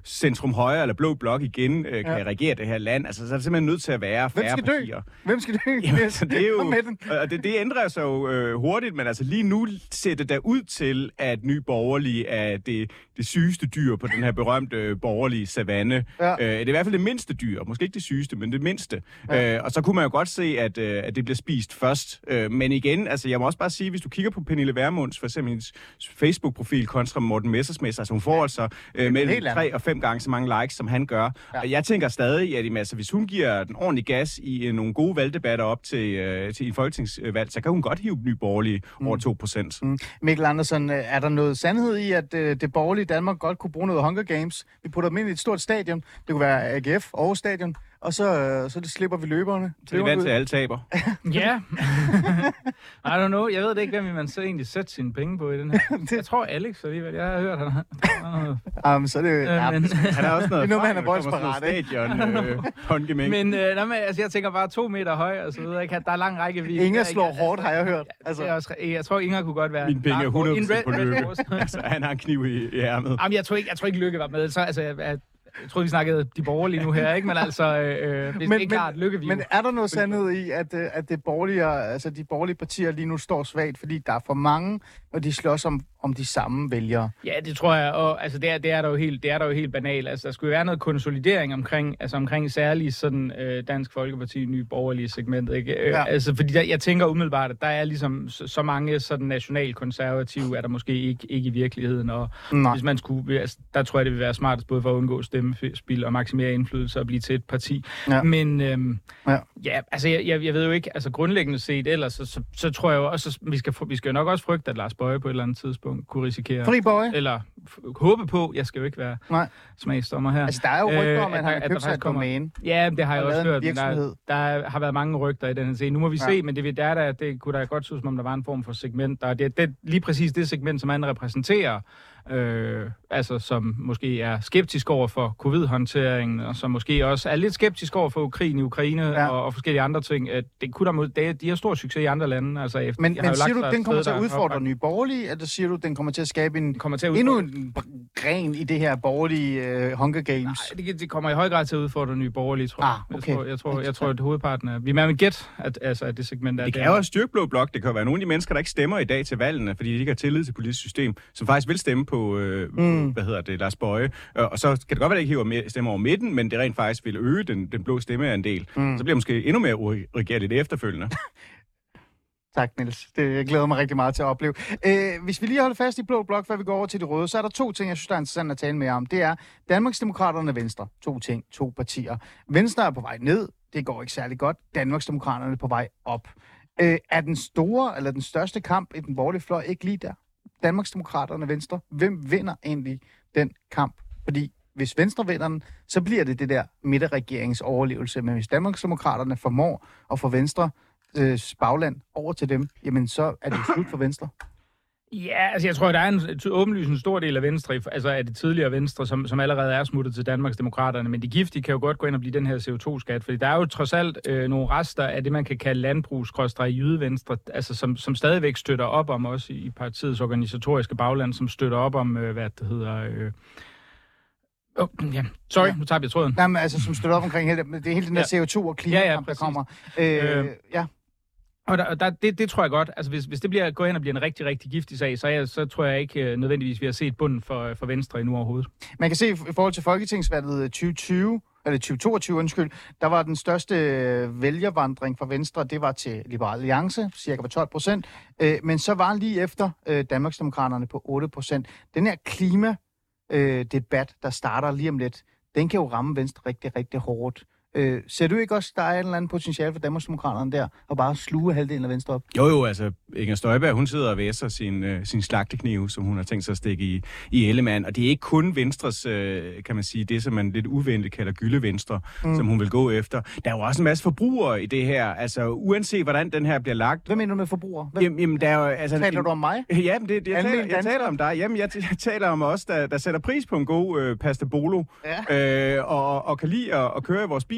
centrum højre eller blå blok igen øh, kan ja. regere det her land. Altså, så er det simpelthen nødt til at være færre Hvem skal partier. dø? Hvem skal dø? Jamen, altså, det er jo, og det, det ændrer sig jo øh, hurtigt, men altså lige nu ser det der ud til, at Nye Borgerlige er det, det sygeste dyr på den her berømte øh, borgerlige savanne. Ja. Øh, det er i hvert fald det mindste dyr. Måske ikke det sygeste, men det mindste. Ja. Øh, og så kunne man jo godt se, at, øh, at det bliver spist først. Øh, men igen, altså jeg må også bare sige, hvis du kigger på Pernille Vermunds, for eksempel hendes Facebook-profil kontra Morten Messersmith, altså hun får altså øh, mellem tre og fem gange så mange likes, som han gør. Ja. Og jeg tænker stadig, at altså, hvis hun giver den ordentlig gas i øh, nogle gode valgdebatter op til, øh, til en folketingsvalg, så kan hun godt hive Nye Borgerlige mm. over to procent. Mm. Mikkel Andersen, er der noget sandhed i, at øh, det borgerlige Danmark godt kunne bruge noget Hunger Games? Vi putter dem ind i et stort stadion. Det kunne være A G F, Aarhus Stadion. Og så, øh, så det slipper vi løberne. Så er vant til alle taber. Ja. I don't know. Jeg ved det ikke, hvem man så egentlig sætter sine penge på i den her. Jeg tror Alex alligevel. Jeg har hørt, han har... Um, så er det jo... Ja, men... Han er også noget... Det er noget, han er voldsparat, ikke? Stadion, øh, men øh, nej, men, altså, jeg tænker bare to meter høj og så videre. Ikke? Der er lang rækkevidde. Inger slår ikke, hårdt, har jeg hørt. Altså. Jeg, også, jeg tror, Inger kunne godt være... Min penge er hundrede procent på løbe. Altså, han har en kniv i, i ærmet. Jamen, jeg tror ikke, jeg tror ikke Lykke var med. Så, altså, jeg, Jeg tror, vi snakkede de borgerlige nu her, ikke? Men altså, øh, det er ikke klart Lykke. Men er der noget sandhed i, at, at det borgerlige, altså de borgerlige partier lige nu står svagt, fordi der er for mange, og de slås om, om de samme vælgere? Ja, det tror jeg. Og altså, det er, det er der jo helt, det er der jo helt banalt. Altså, der skulle være noget konsolidering omkring, altså omkring særligt sådan øh, Dansk Folkeparti, nye borgerlige segment, ikke? Øh, ja. Altså, fordi der, jeg tænker umiddelbart, at der er ligesom så, så mange sådan nationalkonservative, er der måske ikke, ikke i virkeligheden. Og Nej. Hvis man skulle, altså, der tror jeg, det vil være smartest både for at undgå stemmespil og maksimere indflydelse og blive til et parti. Ja. Men øhm, ja. ja, altså jeg, jeg, jeg ved jo ikke, altså grundlæggende set ellers, så, så, så tror jeg jo også, at vi skal, vi skal jo nok også frygte, at Lars Boje på et eller andet tidspunkt kunne risikere. Fri Boje? Eller f- håbe på, jeg skal jo ikke være Nej. smagsdommer her. Altså der er jo rygter om, at, at han har købt sig et domæne. Ja, det har jeg også hørt, men der, der har været mange rygter i den her scene. Nu må vi ja. se, men det, der er der, det kunne da godt se, som om der var en form for segment. Der, det, det lige præcis det segment, som han repræsenterer, Øh, altså som måske er skeptisk over for covid-håndteringen, og som måske også er lidt skeptisk over for krigen i Ukraine ja. og, og forskellige andre ting. Det kunne der mod, det, de har stor succes i andre lande. Altså efter, men men siger du, den kommer til at udfordre Nye Borgerlige, eller siger du, den kommer til at skabe en, til at endnu en gren i det her borgerlige uh, Hunger Games? Nej, det, det kommer i høj grad til at udfordre Nye Borgerlige, tror jeg. Ah, okay. Jeg tror, jeg tror, jeg tror at hovedparten er... Vi må gætte, at, altså, at det segment er... Det kan jo også styrke Blå Blok. Det kan jo være nogle af de mennesker, der ikke stemmer i dag til valgene, fordi de ikke har tillid til politisk system, som faktisk vil stemme på... Øh, mm. hvad hedder det, Lars Boje. Og så kan det godt være, at det ikke hiver stemmer over midten, men det rent faktisk vil øge den, den blå stemme en del. Mm. Så bliver det måske endnu mere uregerligt efterfølgende. Tak, Niels. Det jeg glæder mig rigtig meget til at opleve. Øh, hvis vi lige holder fast i Blå Blok, før vi går over til de røde, så er der to ting, jeg synes, der er interessant at tale mere om. Det er Danmarksdemokraterne og Venstre. To ting, to partier. Venstre er på vej ned. Det går ikke særlig godt. Danmarksdemokraterne er på vej op. Øh, er den store, eller den største kamp i den borgerlige fløj ikke lige der? Danmarksdemokraterne og Venstre. Hvem vinder egentlig den kamp? Fordi hvis Venstre vinder den, så bliver det det der midterregerings overlevelse. Men hvis Danmarksdemokraterne formår at få Venstre øh, bagland over til dem, jamen så er det slut for Venstre. Ja, altså jeg tror, der er en åbenlyst en stor del af Venstre, altså af det tidligere Venstre, som, som allerede er smuttet til Danmarksdemokraterne, men de giftige kan jo godt gå ind og blive den her C O to skat, fordi der er jo trods alt øh, nogle rester af det, man kan kalde landbrugs-jydevenstre, altså som, som stadigvæk støtter op om, også i partiets organisatoriske bagland, som støtter op om, øh, hvad det hedder... Øh Oh, ja. Sorry, ja. nu tager jeg tråden. Nej, men altså, som støtter op omkring hele, det er hele den der ja. C O to og klima, ja, ja, der kommer. Øh, øh, ja. Og der, der, det, det tror jeg godt. Altså, hvis, hvis det bliver går hen og bliver en rigtig, rigtig giftig sag, så, jeg, så tror jeg ikke nødvendigvis, vi har set bunden for, for Venstre endnu overhovedet. Man kan se i forhold til folketingsvalget tyve tyve, eller tyve toogtyve, undskyld, der var den største vælgervandring fra Venstre, det var til Liberal Alliance, cirka tolv procent. Øh, men så var lige efter øh, Danmarksdemokraterne på otte procent. Den her klima Øh, debat, der starter lige om lidt, den kan jo ramme Venstre rigtig, rigtig hårdt. Øh, ser du ikke også, der er en eller anden potentiale for Danmarksdemokraterne der, og bare sluge halvdelen af Venstre op? Jo, jo, altså Inger Støjberg, hun sidder og væsser sin, øh, sin slagteknive, som hun har tænkt sig at stikke i, i Ellemann, og det er ikke kun Venstres, øh, kan man sige, det som man lidt uventet kalder gyldevenstre, mm. som hun vil gå efter. Der er jo også en masse forbrugere i det her, altså uanset hvordan den her bliver lagt. Hvad mener du med forbrugere? Hvem? Jamen, jamen, der er jo, altså, taler en, du om mig? Jamen, det, det, jeg, taler, jeg taler om dig. Jamen, jeg, jeg taler om os, der, der sætter pris på en god øh, pasta bolo, ja. øh, og, og kan lide at, at køre i vores bil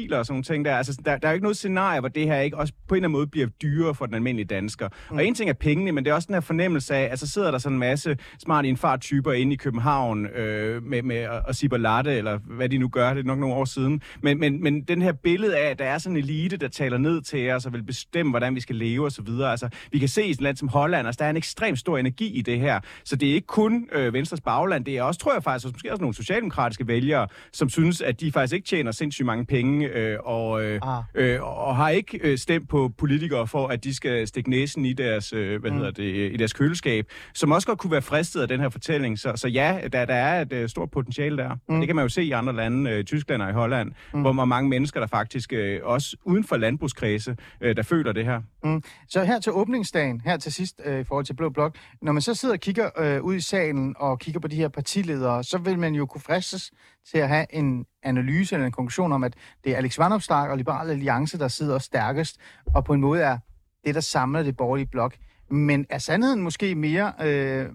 biler og sådan nogle ting der. Altså, der, der er jo ikke noget scenarie, hvor det her ikke også på en eller anden måde bliver dyrere for den almindelige dansker. Mm. Og en ting er pengene, men det er også den her fornemmelse af, at så sidder der sådan en masse smart infarttyper inde i København øh, med, med at sipper latte, eller hvad de nu gør, det er nok nogle år siden. Men, men, men den her billede af, at der er sådan en elite, der taler ned til os og vil bestemme, hvordan vi skal leve og så videre. Altså, vi kan se i et land som Holland, altså, der er en ekstremt stor energi i det her. Så det er ikke kun øh, Venstres bagland, det er også, tror jeg faktisk, måske også nogle socialdemokratiske vælgere, som synes, at de faktisk ikke tjener sindssygt mange penge, øh, og, øh, ah. øh, og har ikke øh, stemt på politikere for, at de skal stikke næsen i deres, øh, hvad mm. hedder det, i deres køleskab, som også godt kunne være fristet af den her fortælling. Så, så ja, der, der er et øh, stort potentiale der. Mm. Det kan man jo se i andre lande, øh, Tyskland og i Holland, mm. hvor man mange mennesker, der faktisk øh, også uden for landbrugskredse, øh, der føler det her. Mm. Så her til åbningsdagen, her til sidst øh, i forhold til Blå Blok, når man så sidder og kigger øh, ud i salen og kigger på de her partiledere, så vil man jo kunne fristes til at have en analyse eller en konklusion om, at det er Alex Vanopslagh og Liberal Alliance, der sidder stærkest, og på en måde er det, der samler det borgerlige blok. Men er sandheden måske mere, øh,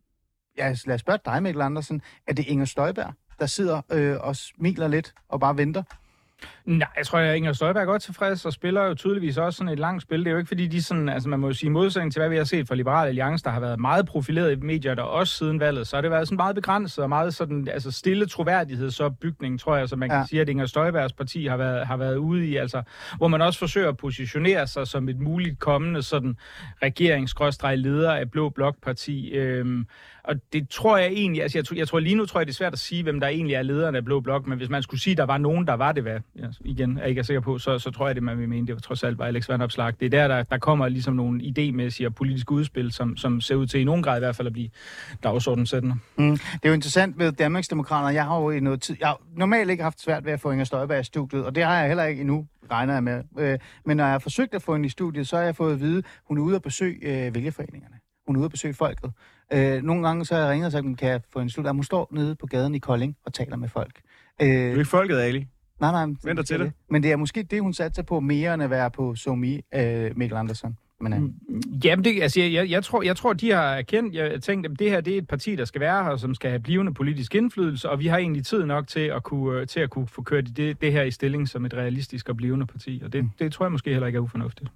ja, lad os spørge dig, Mikkel Andersen, er det Inger Støjberg, der sidder øh, og smiler lidt og bare venter? Nej, jeg tror, at Inger Støjberg er godt tilfreds og spiller jo tydeligvis også sådan et langt spil. Det er jo ikke fordi, de sådan, altså man må jo sige modsætning til, hvad vi har set fra Liberal Alliance, der har været meget profileret i medier, der også siden valget, så har det været sådan meget begrænset og meget sådan, altså stille troværdighedsopbygning, tror jeg, så man kan ja. sige, at Inger Støjbergs parti har været, har været ude i, altså, hvor man også forsøger at positionere sig som et muligt kommende sådan regerings-leder af Blå Blok-parti. Øhm, og det tror jeg egentlig, altså jeg tror, jeg tror lige nu tror jeg, det er svært at sige, hvem der egentlig er lederen af Blå Blok, men hvis man skulle sige, at der var nogen, der var det, hvad jeg igen er ikke sikker på, så, så tror jeg, det man vil mene, det var trods alt var Alex Vanopslagh. Det er der, der, der kommer ligesom nogle idémæssige og politiske udspil, som, som ser ud til i nogen grad i hvert fald at blive dagsordenssættende. Mm. Det er jo interessant med Danmarksdemokraterne. Jeg har jo i noget tid, jeg har normalt ikke haft svært ved at få Inger Støjberg i studiet, og det har jeg heller ikke endnu, regner jeg med. Men når jeg har forsøgt at få hende i studiet, så har jeg fået at vide, at hun er ude at besøge vælgerforeningerne. Hun er ude at besøge folket. Øh, nogle gange så har jeg ringet og sagt, kan jeg få en slut? Hun står nede på gaden i Kolding og taler med folk. Øh, du er ikke folket, Ali? Nej, nej. Venter til det. Men det er måske det, hun satte sig på mere end at være på SoMe, øh, Mikkel Andersen. Men, øh. Jamen, det, altså, jeg, jeg, tror, jeg tror, de har erkendt, jeg tænkte, at det her det er et parti, der skal være her, som skal have blivende politisk indflydelse, og vi har egentlig tid nok til at kunne, til at kunne få kørt det, det her i stilling som et realistisk og blivende parti, og det, mm. det tror jeg måske heller ikke er ufornuftigt.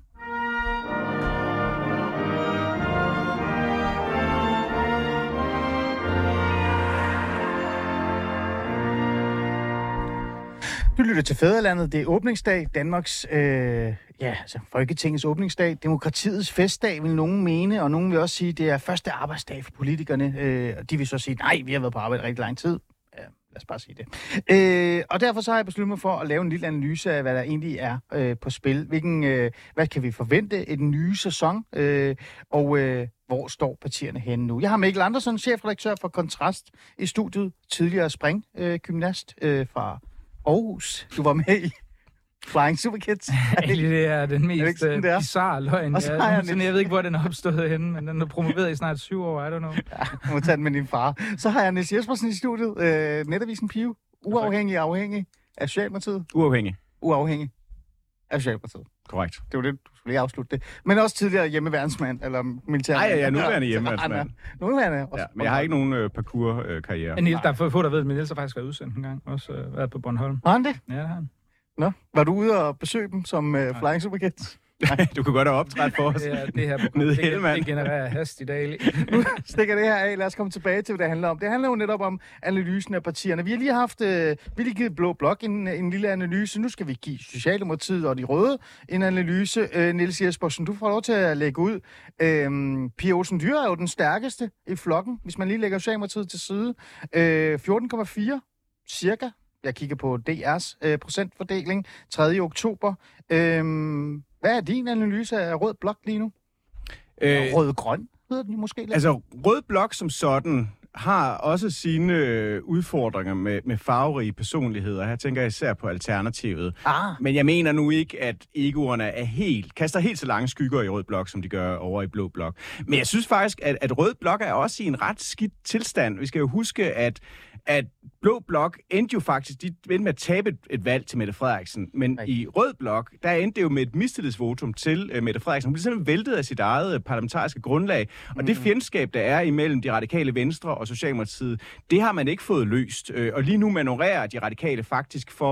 Du lytter til Fædrelandet. Det er åbningsdag. Danmarks, øh, ja, altså Folketingets åbningsdag. Demokratiets festdag, vil nogen mene, og nogen vil også sige, at det er første arbejdsdag for politikerne. Øh, og de vil så sige, nej, vi har været på arbejde rigtig lang tid. Ja, lad os bare sige det. Øh, og derfor så har jeg besluttet mig for at lave en lille analyse af, hvad der egentlig er øh, på spil. Hvilken, øh, hvad kan vi forvente i den nye sæson? Øh, og øh, hvor står partierne henne nu? Jeg har Mikkel Andersen, chefredaktør for Kontrast i studiet. Tidligere springgymnast øh, øh, fra Aarhus. Du var med i Flying Superkids. Det er den mest uh, bizarre løgn. Jeg, jeg, sådan, jeg ved ikke, hvor den er opstået henne, men den er promoveret i snart syv år, I don't know. Ja, du må tage den med din far. Så har jeg Niels Jespersen i studiet. Øh, Netavisen Pio. Uafhængig, afhængig af Socialdemokratiet. Uafhængig. Uafhængig af Socialdemokratiet. Korrekt. Det var det, du skulle lige afslutte det. Men også tidligere hjemmeværnsmand, eller militær. Nej, jeg er nuværende hjemmeværnsmand. Nuværende også. Ja, men jeg har ikke nogen øh, parkour-karriere. Øh, Niels, der er få, der ved, men Niels har faktisk været udsendt en gang. Også øh, været på Bornholm. Har han det? Ja, det har han. Nå, var du ude og besøge dem som øh, Flying Superkids? Nej, du kan godt have optræt for os. Det, er, det her program, det, det genererer hast i dag. Nu stikker det her af. Lad os komme tilbage til, hvad det handler om. Det handler jo netop om analysen af partierne. Vi har lige haft, øh, vi har lige givet Blå Blok en, en lille analyse. Nu skal vi give Socialdemokratiet og de røde en analyse. Øh, Niels Jespersen, du får lov til at lægge ud. Øh, Pia Olsen Dyhr er jo den stærkeste i flokken, hvis man lige lægger Socialdemokratiet til side. Øh, fjorten komma fire cirka. Jeg kigger på D R's øh, procentfordeling tredje oktober. Øh, Hvad er din analyse af Rød Blok lige nu? Øh, Rød-grøn hedder den måske lidt? Altså, Rød Blok som sådan har også sine udfordringer med, med farverige personligheder. Her tænker jeg især på Alternativet. Ah. Men jeg mener nu ikke, at egoerne er helt, kaster helt så lange skygger i Rød Blok, som de gør over i Blå Blok. Men jeg synes faktisk, at, at Rød Blok er også i en ret skidt tilstand. Vi skal jo huske, at at Blå Blok endte jo faktisk, de endte med at tabe et, et valg til Mette Frederiksen, men okay. i Rød Blok, der endte det jo med et mistillidsvotum til uh, Mette Frederiksen. Hun blev simpelthen væltet af sit eget uh, parlamentariske grundlag, og mm. det fjendskab, der er imellem de radikale Venstre og Socialdemokratiet, det har man ikke fået løst. Uh, og lige nu manøvrerer de radikale faktisk for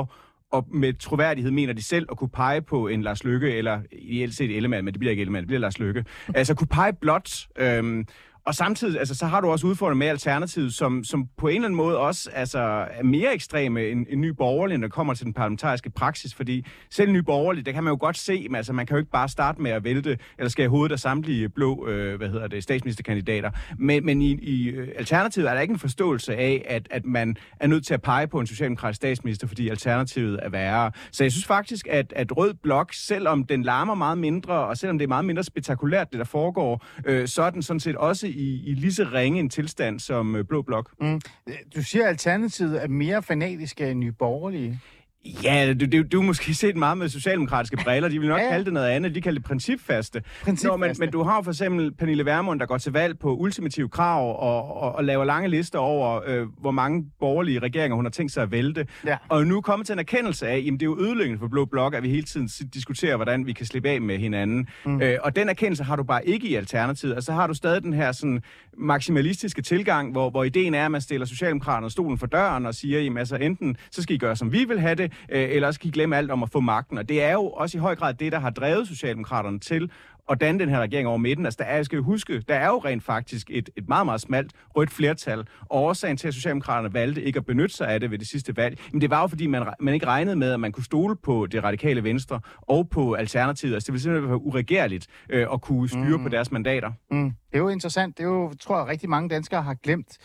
og med troværdighed mener de selv at kunne pege på en Lars Løkke, eller ideelt set Ellemann, men det bliver ikke Ellemann, det bliver Lars Løkke. Altså kunne pege blot, øhm, og samtidig, altså, så har du også udfordringer med Alternativet, som, som på en eller anden måde også altså, er mere ekstreme end, end Nye Borgerlige, når det kommer til den parlamentariske praksis, fordi selv Nye Borgerlige, det kan man jo godt se, men altså, man kan jo ikke bare starte med at vælte, eller skære hovedet af samtlige blå, øh, hvad hedder det, statsministerkandidater. Men, men i, i Alternativet er der ikke en forståelse af, at, at man er nødt til at pege på en socialdemokratisk statsminister, fordi Alternativet er værre. Så jeg synes faktisk, at, at Rød Blok, selvom den larmer meget mindre, og selvom det er meget mindre spektakulært, det der foregår, øh, så er den sådan set også i, i lige så ringe en tilstand som øh, Blå Blok. Mm. Du siger, at Alternativet er mere fanatiske end Nye Borgerlige. Ja, du, du, du måske set meget med socialdemokratiske briller. De vil nok ja, ja. kalde det noget andet. De kalder det principfaste. principfaste. Nå, men, men du har for eksempel Pernille Vermund, der går til valg på ultimative krav og, og, og laver lange lister over, øh, hvor mange borgerlige regeringer hun har tænkt sig at vælte. Ja. Og nu kommer til en erkendelse af, at det er jo ødelæggende for Blå Blok, at vi hele tiden diskuterer, hvordan vi kan slippe af med hinanden. Mm. Øh, og den erkendelse har du bare ikke i Alternativet. Altså har du stadig den her sådan, maksimalistiske tilgang, hvor, hvor ideen er, at man stiller Socialdemokraterne stolen for døren og siger, jamen altså enten så skal I gøre, som vi vil have det, eller også kan I glemme alt om at få magten. Og det er jo også i høj grad det, der har drevet Socialdemokraterne til at danne den her regering over midten. Altså, der er, jeg skal jo huske, der er jo rent faktisk et, et meget, meget smalt rødt flertal. Og årsagen til, at Socialdemokraterne valgte ikke at benytte sig af det ved det sidste valg, men det var jo, fordi man, man ikke regnede med, at man kunne stole på det radikale Venstre og på Alternativet. Altså, det ville simpelthen være uregerligt øh, at kunne styre mm. på deres mandater. Mm. Det er jo interessant. Det er jo, tror jeg, rigtig mange danskere har glemt.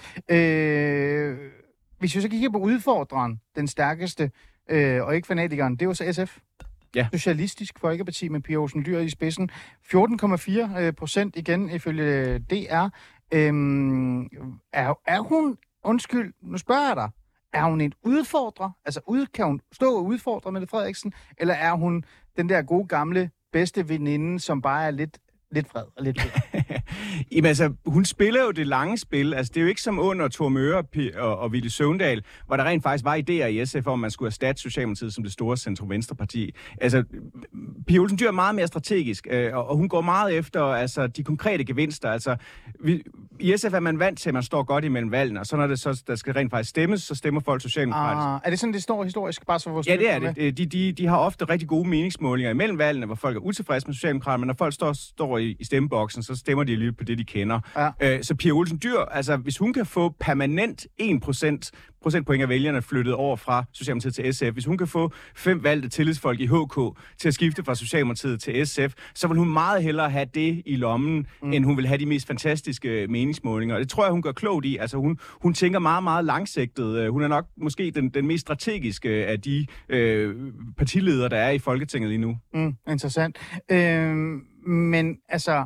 Øh, hvis vi så kigger på udfordreren, den stærkeste, Øh, og ikke fanatikeren, det er jo så S F. Ja. Socialistisk Folkeparti med Pia Olsen Dyhr i spidsen. fjorten komma fire procent igen ifølge D R. Øhm, er, er hun, undskyld, nu spørger jeg dig, er hun en udfordrer? Altså ud, kan hun stå og udfordre Mette Frederiksen? Eller er hun den der gode gamle bedste veninde, som bare er lidt Lidt vred og lidt Jamen altså, hun spiller jo det lange spil. Altså, det er jo ikke som under Thor Møre og, og Villy Søvndal, hvor der rent faktisk var idéer i S F om, man skulle erstatte Socialdemokratiet som det store centrum-venstre-parti. Altså, Pia Olsen Dyhr er meget mere strategisk, øh, og hun går meget efter altså, de konkrete gevinster. Altså, vi, i S F er man vant til, at man står godt imellem valgene, og så når det så, der skal rent faktisk stemmes, så stemmer folk socialdemokratisk. Ah, er det sådan, det står historisk? Bare så vores ja, det er det. De, de, de har ofte rigtig gode meningsmålinger imellem valgene, hvor folk er utilfredse med Socialdemokraterne, men når folk står, står i, i stemmeboksen, så stemmer de lige på det, de kender. Ja. Øh, så Pia Olsen Dyhr, altså hvis hun kan få permanent en procent procentpoint af vælgerne flyttet over fra Socialdemokratiet til S F, hvis hun kan få fem valgte tillidsfolk i H K til at skifte fra Socialdemokratiet til S F, så vil hun meget hellere have det i lommen, mm. end hun vil have de mest fantastiske meningsmålinger. Og det tror jeg, hun gør klogt i. Altså hun, hun tænker meget, meget langsigtet. Hun er nok måske den, den mest strategiske af de øh, partiledere, der er i Folketinget lige nu. Mm, interessant. Øh, men altså,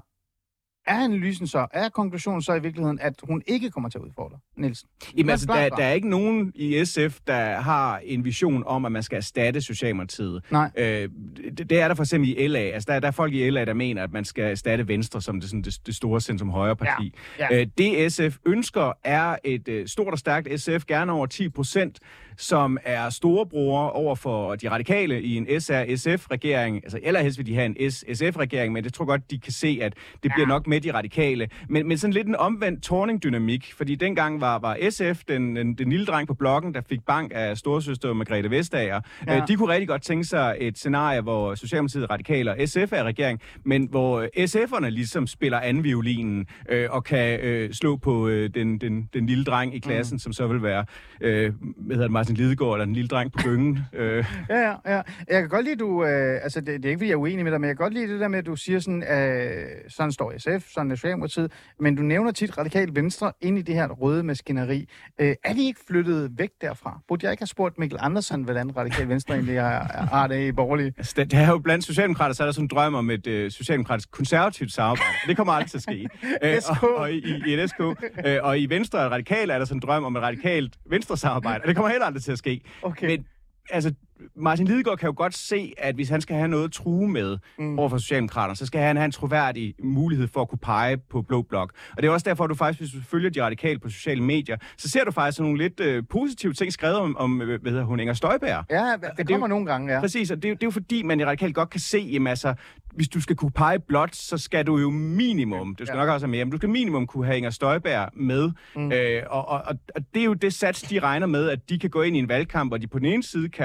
er analysen så, er konklusionen så i virkeligheden, at hun ikke kommer til at udfordre Nielsen? Jamen altså, der, der er ikke nogen i S F, der har en vision om, at man skal erstatte Socialdemokratiet. Nej. Øh, det, det er der for eksempel i L A. Altså, der, der er folk i L A, der mener, at man skal erstatte Venstre som det, sådan, det, det store centrum højre parti. Ja. Ja. Øh, det S F ønsker er et øh, stort og stærkt S F, gerne over ti procent, som er storebror over for de radikale i en S R S F-regering. Altså, allerhelst vil de have en S S F-regering, men det tror godt, de kan se, at det bliver nok med de radikale. Men, men sådan lidt en omvendt Thorning-dynamik, fordi dengang var, var S F den, den, den lille dreng på blokken, der fik bank af storesøster Margrethe Vestager. Ja. De kunne rigtig godt tænke sig et scenarie, hvor Socialdemokratiet, radikale og S F er regering, men hvor S F'erne ligesom spiller anden violinen øh, og kan øh, slå på øh, den, den, den lille dreng i klassen, mm. som så vil være øh, hvad hedder det, Martin Lidegaard, eller den lille dreng på gyngen. øh. Ja, ja, ja. Jeg kan godt lide, du... Øh, altså, det, det er ikke, fordi jeg er uenig med dig, men jeg kan godt lide det der med, at du siger sådan, øh, sådan står S F, sådan er Socialdemokratiet, men du nævner tit radikalt Venstre ind i det her røde maskineri. Øh, er de ikke flyttet væk derfra? Burde jeg ikke have spurgt Mikkel Andersen, hvordan radikalt Venstre egentlig har det i borgerlige? Altså, det, det er jo blandt socialdemokrater, så er der sådan en drøm om et øh, socialdemokratisk konservativt samarbejde. Det kommer aldrig til at ske. øh, S K. Og, og i, i et S K. Øh, og i Venstre og radikale er der sådan en drøm om et radikalt Venstre samarbejde. Og det kommer heller aldrig til at ske. Okay. Men altså, Martin Lidegaard kan jo godt se, at hvis han skal have noget at true med mm. over for Socialdemokraterne, så skal han have en troværdig mulighed for at kunne pege på Blå Blok. Og det er også derfor, at du faktisk, hvis du følger de radikale på sociale medier, så ser du faktisk nogle lidt øh, positive ting skrevet om, om hvad hedder hun, Inger Støjberg. Ja, det kommer det nogle gange, ja. Præcis, og det, det er jo fordi, man i radikale godt kan se, jamen altså, hvis du skal kunne pege blot, så skal du jo minimum, du skal ja. nok også have mere, men du skal minimum kunne have Inger Støjberg med. Mm. Øh, og, og, og det er jo det sats, de regner med, at de kan gå ind i en valgkamp, og de på den ene side kan appellere til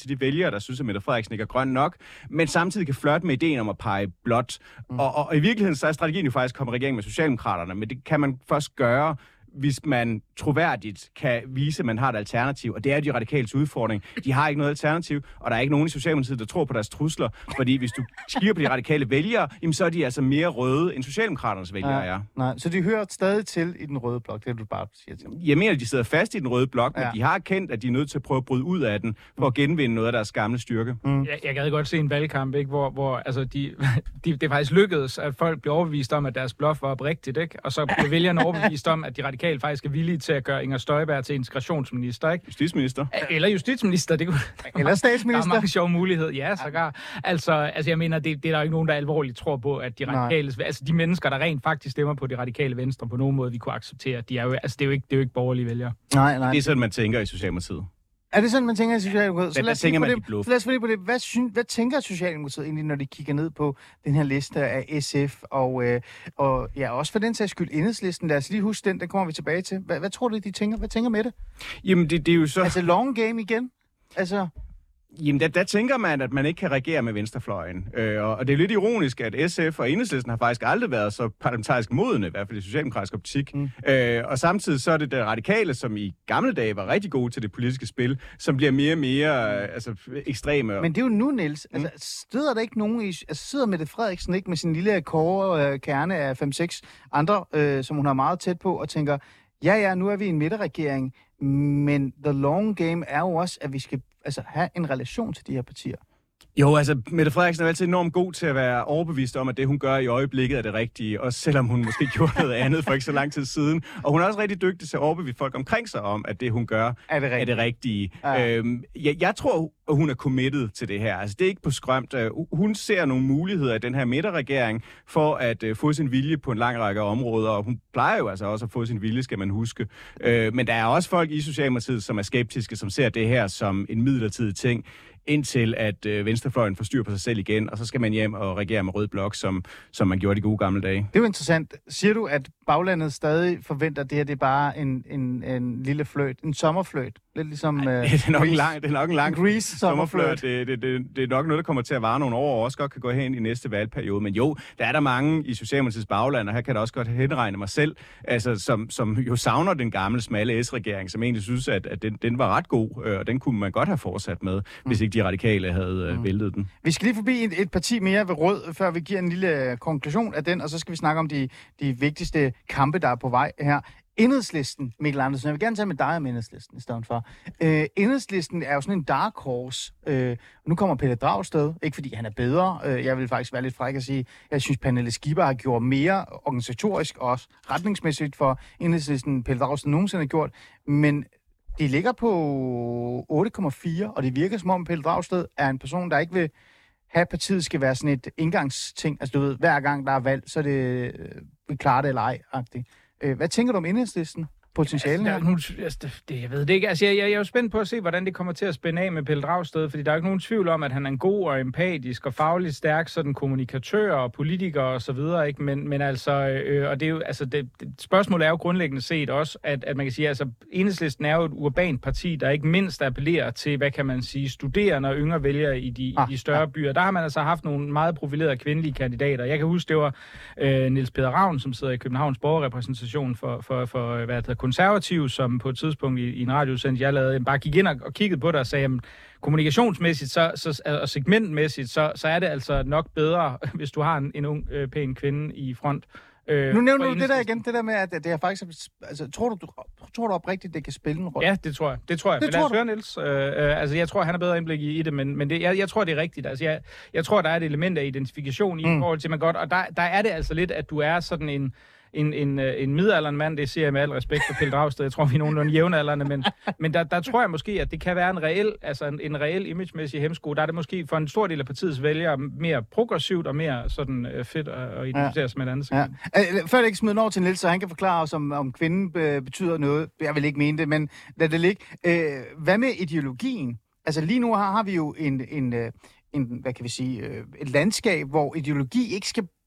til de vælgere, der synes, at Mette Frederiksen ikke er grøn nok, men samtidig kan flirte med ideen om at pege blåt. Mm. Og, og, og i virkeligheden så er strategien jo faktisk at komme i regering med Socialdemokraterne, men det kan man først gøre, hvis man troværdigt kan vise, at man har et alternativ. Og det er de radikales udfordring. De har ikke noget alternativ, og der er ikke nogen i Socialdemokratiet, der tror på deres trusler. Fordi hvis du kigger på de radikale vælgere, jamen, så er de altså mere røde, end Socialdemokraternes vælgere er. Nej, så de hører stadig til i den røde blok, det du bare siger til. Jeg mener, at de sidder fast i den røde blok, men ja. de har erkendt, at de er nødt til at prøve at bryde ud af den, for at genvinde noget af deres gamle styrke. Mm. Jeg, jeg gad godt se en valgkamp, ikke, hvor, hvor altså, de, de, det faktisk lykkedes, at folk blev overbevist om, at deres bluff var oprigtigt, ikke? Og så blev vælgerne overbevist om, at de radikale faktisk er villige til at gøre Inger Støjberg til integrationsminister, ikke? Justitsminister. Eller justitsminister, det kunne... Eller statsminister. Der er mange sjove muligheder, ja, sågar. Altså, altså jeg mener, det, det er der ikke nogen, der alvorligt tror på, at de radikale... Nej. Altså, de mennesker, der rent faktisk stemmer på de radikale venstre, på nogen måde, vi kunne acceptere, de er jo, altså, det er jo ikke, det er jo ikke borgerlige vælgere. Nej, nej. Det er sådan, man tænker i Socialdemokratiet. Er det sådan, man tænker i Socialdemokratiet? Så lad os tænke på det. Så på det. Hvad, synes, hvad tænker Socialdemokratiet egentlig, når de kigger ned på den her liste af S F og, øh, og ja, også for den sags skyld Enhedslisten? Lad os lige huske den, den kommer vi tilbage til. Hvad, hvad tror du, de tænker? Hvad tænker med det? Jamen, det, det er jo så... Altså long game igen? Altså... Jamen, der, der tænker man, at man ikke kan regere med venstrefløjen. Øh, og, og det er lidt ironisk, at S F og Enhedslisten har faktisk aldrig været så parlamentarisk modne, i hvert fald i socialdemokratisk optik. Mm. Øh, og samtidig så er det det radikale, som i gamle dage var rigtig gode til det politiske spil, som bliver mere og mere øh, altså, ekstreme. Men det er jo nu, Niels. Mm. Altså, sidder der ikke nogen i... Altså, sidder Mette Frederiksen ikke med sin lille kåre øh, kerne af fem seks andre, øh, som hun har meget tæt på, og tænker, ja, ja, nu er vi i en midterregering, men the long game er jo også, at vi skal altså have en relation til de her partier. Jo, altså, Mette Frederiksen er altid enormt god til at være overbevist om, at det, hun gør i øjeblikket, er det rigtige, også selvom hun måske gjorde noget andet for ikke så lang tid siden. Og hun er også rigtig dygtig til at overbevise folk omkring sig om, at det, hun gør, er det rigtige. Er det rigtige. Ja. Øhm, jeg, jeg tror, at hun er committed til det her. Altså, det er ikke på skrømt. Hun ser nogle muligheder i den her midterregering for at uh, få sin vilje på en lang række områder, og hun plejer jo altså også at få sin vilje, skal man huske. Øh, men der er også folk i Socialdemokratiet, som er skeptiske, som ser det her som en midlertidig ting, indtil at øh, venstrefløjen får styr på sig selv igen, og så skal man hjem og regere med rød blok, som, som man gjorde de gode gamle dage. Det er jo interessant. Siger du, at baglandet stadig forventer, at det her det er bare en, en, en lille fløjt, en sommerfløjt? Lidt ligesom... Ej, det, er nok en lang, det er nok en lang Grease sommerfløjt. Det, det, det, det er nok noget, der kommer til at vare nogle år, og også godt kan gå hen i næste valgperiode. Men jo, der er der mange i Socialdemokratiets bagland, og her kan der også godt henregne mig selv, altså, som, som jo savner den gamle, smalle S-regering, som egentlig synes, at, at den, den var ret god, og den kunne man godt have fortsat med, mm. hvis ikke de radikale havde mm. væltet den. Vi skal lige forbi et, et parti mere ved rød, før vi giver en lille konklusion af den, og så skal vi snakke om de, de vigtigste kampe, der er på vej her. Enhedslisten, Mikkel Andersen, jeg vil gerne tage med dig om Enhedslisten i stedet for. Øh, Enhedslisten er jo sådan en dark horse. Øh, nu kommer Pelle Dragsted, ikke fordi han er bedre. Øh, jeg vil faktisk være lidt fræk at sige, jeg synes, Pernille Skipper har gjort mere organisatorisk og også retningsmæssigt for Enhedslisten, Pelle Dragsted nogensinde har gjort. Men de ligger på otte komma fire, og det virker som om Pelle Dragsted er en person, der ikke vil have, at partiet skal være sådan et indgangsting. Altså du ved, hver gang der er valg, så er det, vi klarer det eller ej-agtigt. Hvad tænker du om Enhedslisten? Potentialen her? Altså, altså, det, det, jeg ved det ikke. Altså, jeg, jeg, jeg er jo spændt på at se, hvordan det kommer til at spænde af med Pelle Dragsted, fordi der er ikke nogen tvivl om, at han er en god og empatisk og fagligt stærk sådan kommunikatør og politiker og så videre, ikke? Men, men altså, øh, og det er jo, altså, det, det, spørgsmålet er jo grundlæggende set også, at, at man kan sige, altså, Enhedslisten er jo et urbant parti, der ikke mindst appellerer til, hvad kan man sige, studerende og yngre vælgere i de, ah, i de større ja. byer. Der har man altså haft nogle meget profilerede kvindelige kandidater. Jeg kan huske, det var øh, Niels Peder Ravn, som sidder i Københavns borgerrepræsentation for, for, for hvad det hedder, konservativ, som på et tidspunkt i, i en radioudsendelse, jeg lavede, bare gik ind og, og kiggede på det og sagde, at kommunikationsmæssigt så, så, og segmentmæssigt, så, så er det altså nok bedre, hvis du har en, en ung, øh, pæn kvinde i front. Øh, nu nævner du det der igen, det der med, at det er faktisk... Altså, tror du, du, tror du oprigtigt, det kan spille en rolle? Ja, det tror jeg. Det tror jeg. Det men lad os høre, Niels. Øh, øh, altså, jeg tror, han har bedre indblik i, i det, men, men det, jeg, jeg tror, det er rigtigt. Altså, jeg, jeg tror, der er et element af identifikation i mm. forhold til, man godt... Og der, der er det altså lidt, at du er sådan en... En, en, en midaldrende mand, det siger jeg med al respekt for Pelle Dragsted, jeg tror, vi er nogenlunde jævnaldrende, men, men der, der tror jeg måske, at det kan være en reel, altså en, en reel imagemæssig hemsko. Der er det måske for en stor del af partiets vælgere mere progressivt og mere sådan øh, fedt at, at identificere sig ja. med et andet segment. Ja. Før det ikke smider den over til Niels, så han kan forklare os, om, om kvinden be, betyder noget. Jeg vil ikke mene det, men lad det ligge. Øh, hvad med ideologien? Altså lige nu har, har vi jo en, en, en, hvad kan vi sige, et landskab, hvor ideologi ikke skal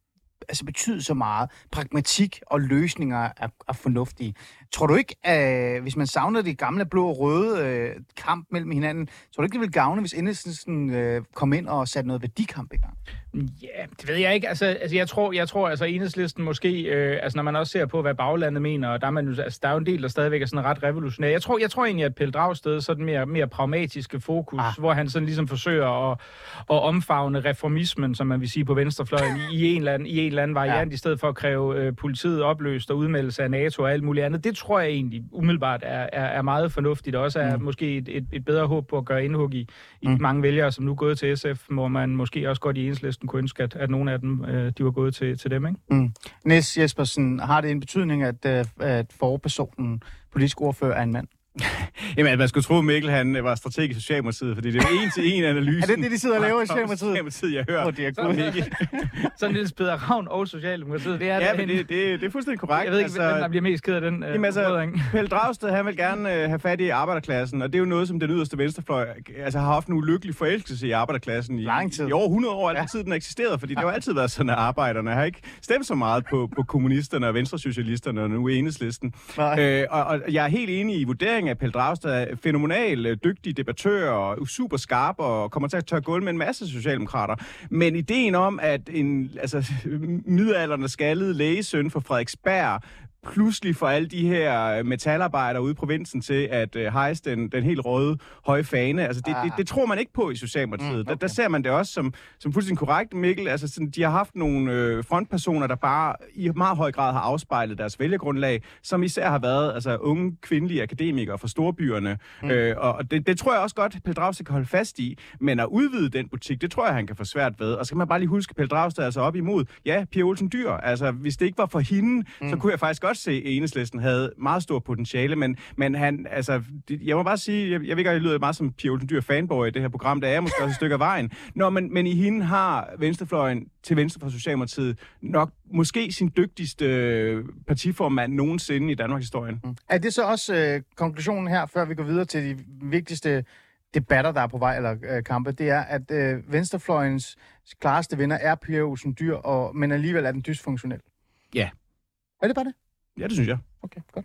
altså betyde så meget. Pragmatik og løsninger er, er fornuftige. Tror du ikke, at hvis man savner det gamle blå og røde øh, kamp mellem hinanden, tror du ikke, det vil gavne, hvis Enhedslisten øh, kom ind og satte noget værdikamp i gang? Ja, det ved jeg ikke. Altså, altså jeg tror, jeg tror, altså Enhedslisten måske, øh, altså når man også ser på, hvad baglandet mener, og der er, man, altså, der er jo en del, der stadigvæk er sådan ret revolutionær. Jeg tror, jeg tror egentlig, at Pelle Dragsted sådan mere, mere pragmatiske fokus, ah. hvor han sådan ligesom forsøger at, at omfavne reformismen, som man vil sige på venstrefløjen, i, i, en, eller anden, i en eller anden variant, ja. I stedet for at kræve øh, politiet opløst og udmeldelse af NATO og alt muligt andet. Det tror jeg egentlig umiddelbart er, er, er meget fornuftigt, og også er mm. måske et, et, et bedre håb på at gøre indhug i, i mm. mange vælgere, som nu er gået til S F, hvor man måske også godt i Enhedslisten kunne ønske, at, at nogle af dem, øh, de var gået til, til dem, ikke? Mm. Niels Jespersen, har det en betydning, at, at forpersonen, politisk ordfører, er en mand? Jamen, man skulle tro, at Mikkel han var strategisk i Socialdemokratiet, fordi det er jo en til en analyse. Er det det, de sidder og laver i Socialdemokratiet? Socialdemokratiet, jeg hører. Oh, det er godt. Mikkel. Så Niels Peder Ravn og Socialdemokratiet, det er ja, det. Men det, det, det er fuldstændig korrekt. Jeg ved ikke, altså, hvem der bliver mest ked af den. Jamen, altså, Pelle Dragsted, han vil gerne øh, have fat i arbejderklassen, og det er jo noget, som den yderste venstrefløj altså, har haft en ulykkelig forelskelse i arbejderklassen i, i over hundrede år, altid ja. Den eksisterede, fordi det har jo altid været sådan, at arbejderne har ikke stemt så meget på, på kommunisterne og venstresocialisterne, og nu Enhedslisten. Øh, og, og jeg er helt enig i vurderingen af Pelle Dragsted, fænomenal, dygtig debattør, og super skarp, og kommer til at tørre gulv med en masse socialdemokrater. Men ideen om, at en altså, midaldrende skaldede lægesøn fra Frederiksberg pludselig får alle de her metalarbejdere ude i provinsen til at uh, hejse den, den helt røde høje fane. Altså, det, ah. det, det tror man ikke på i Socialdemokratiet. Mm, okay. der, der ser man det også som, som fuldstændig korrekt, Mikkel. Altså, sådan, de har haft nogle øh, frontpersoner, der bare i meget høj grad har afspejlet deres vælgergrundlag, som især har været altså, unge kvindelige akademikere fra storbyerne. Mm. Øh, og det, det tror jeg også godt, Pelle Dragsted kan holde fast i. Men at udvide den butik, det tror jeg, han kan få svært ved. Og så kan man bare lige huske, Pelle Dragsted altså op imod, ja, Pia Olsen Dyhr. Altså, hvis det ikke var for hende, mm. så kunne jeg faktisk godt se, at Enhedslisten havde meget stor potentiale, men, men han, altså, jeg må bare sige, jeg, jeg ved ikke, at jeg lyder meget som Pia Olsen Dyhr fanboy i det her program, der er måske også et stykke af vejen. Nå, men, men i hende har venstrefløjen til venstre for Socialdemokratiet nok måske sin dygtigste øh, partiformand nogensinde i Danmarks historien. Mm. Er det så også øh, konklusionen her, før vi går videre til de vigtigste debatter, der er på vej, eller øh, kampe, det er, at øh, venstrefløjens klareste vinder er Pia Olsen Dyhr, og, men alligevel er den dysfunktionel? Ja. Er det bare det? Ja, det synes jeg. Okay, godt.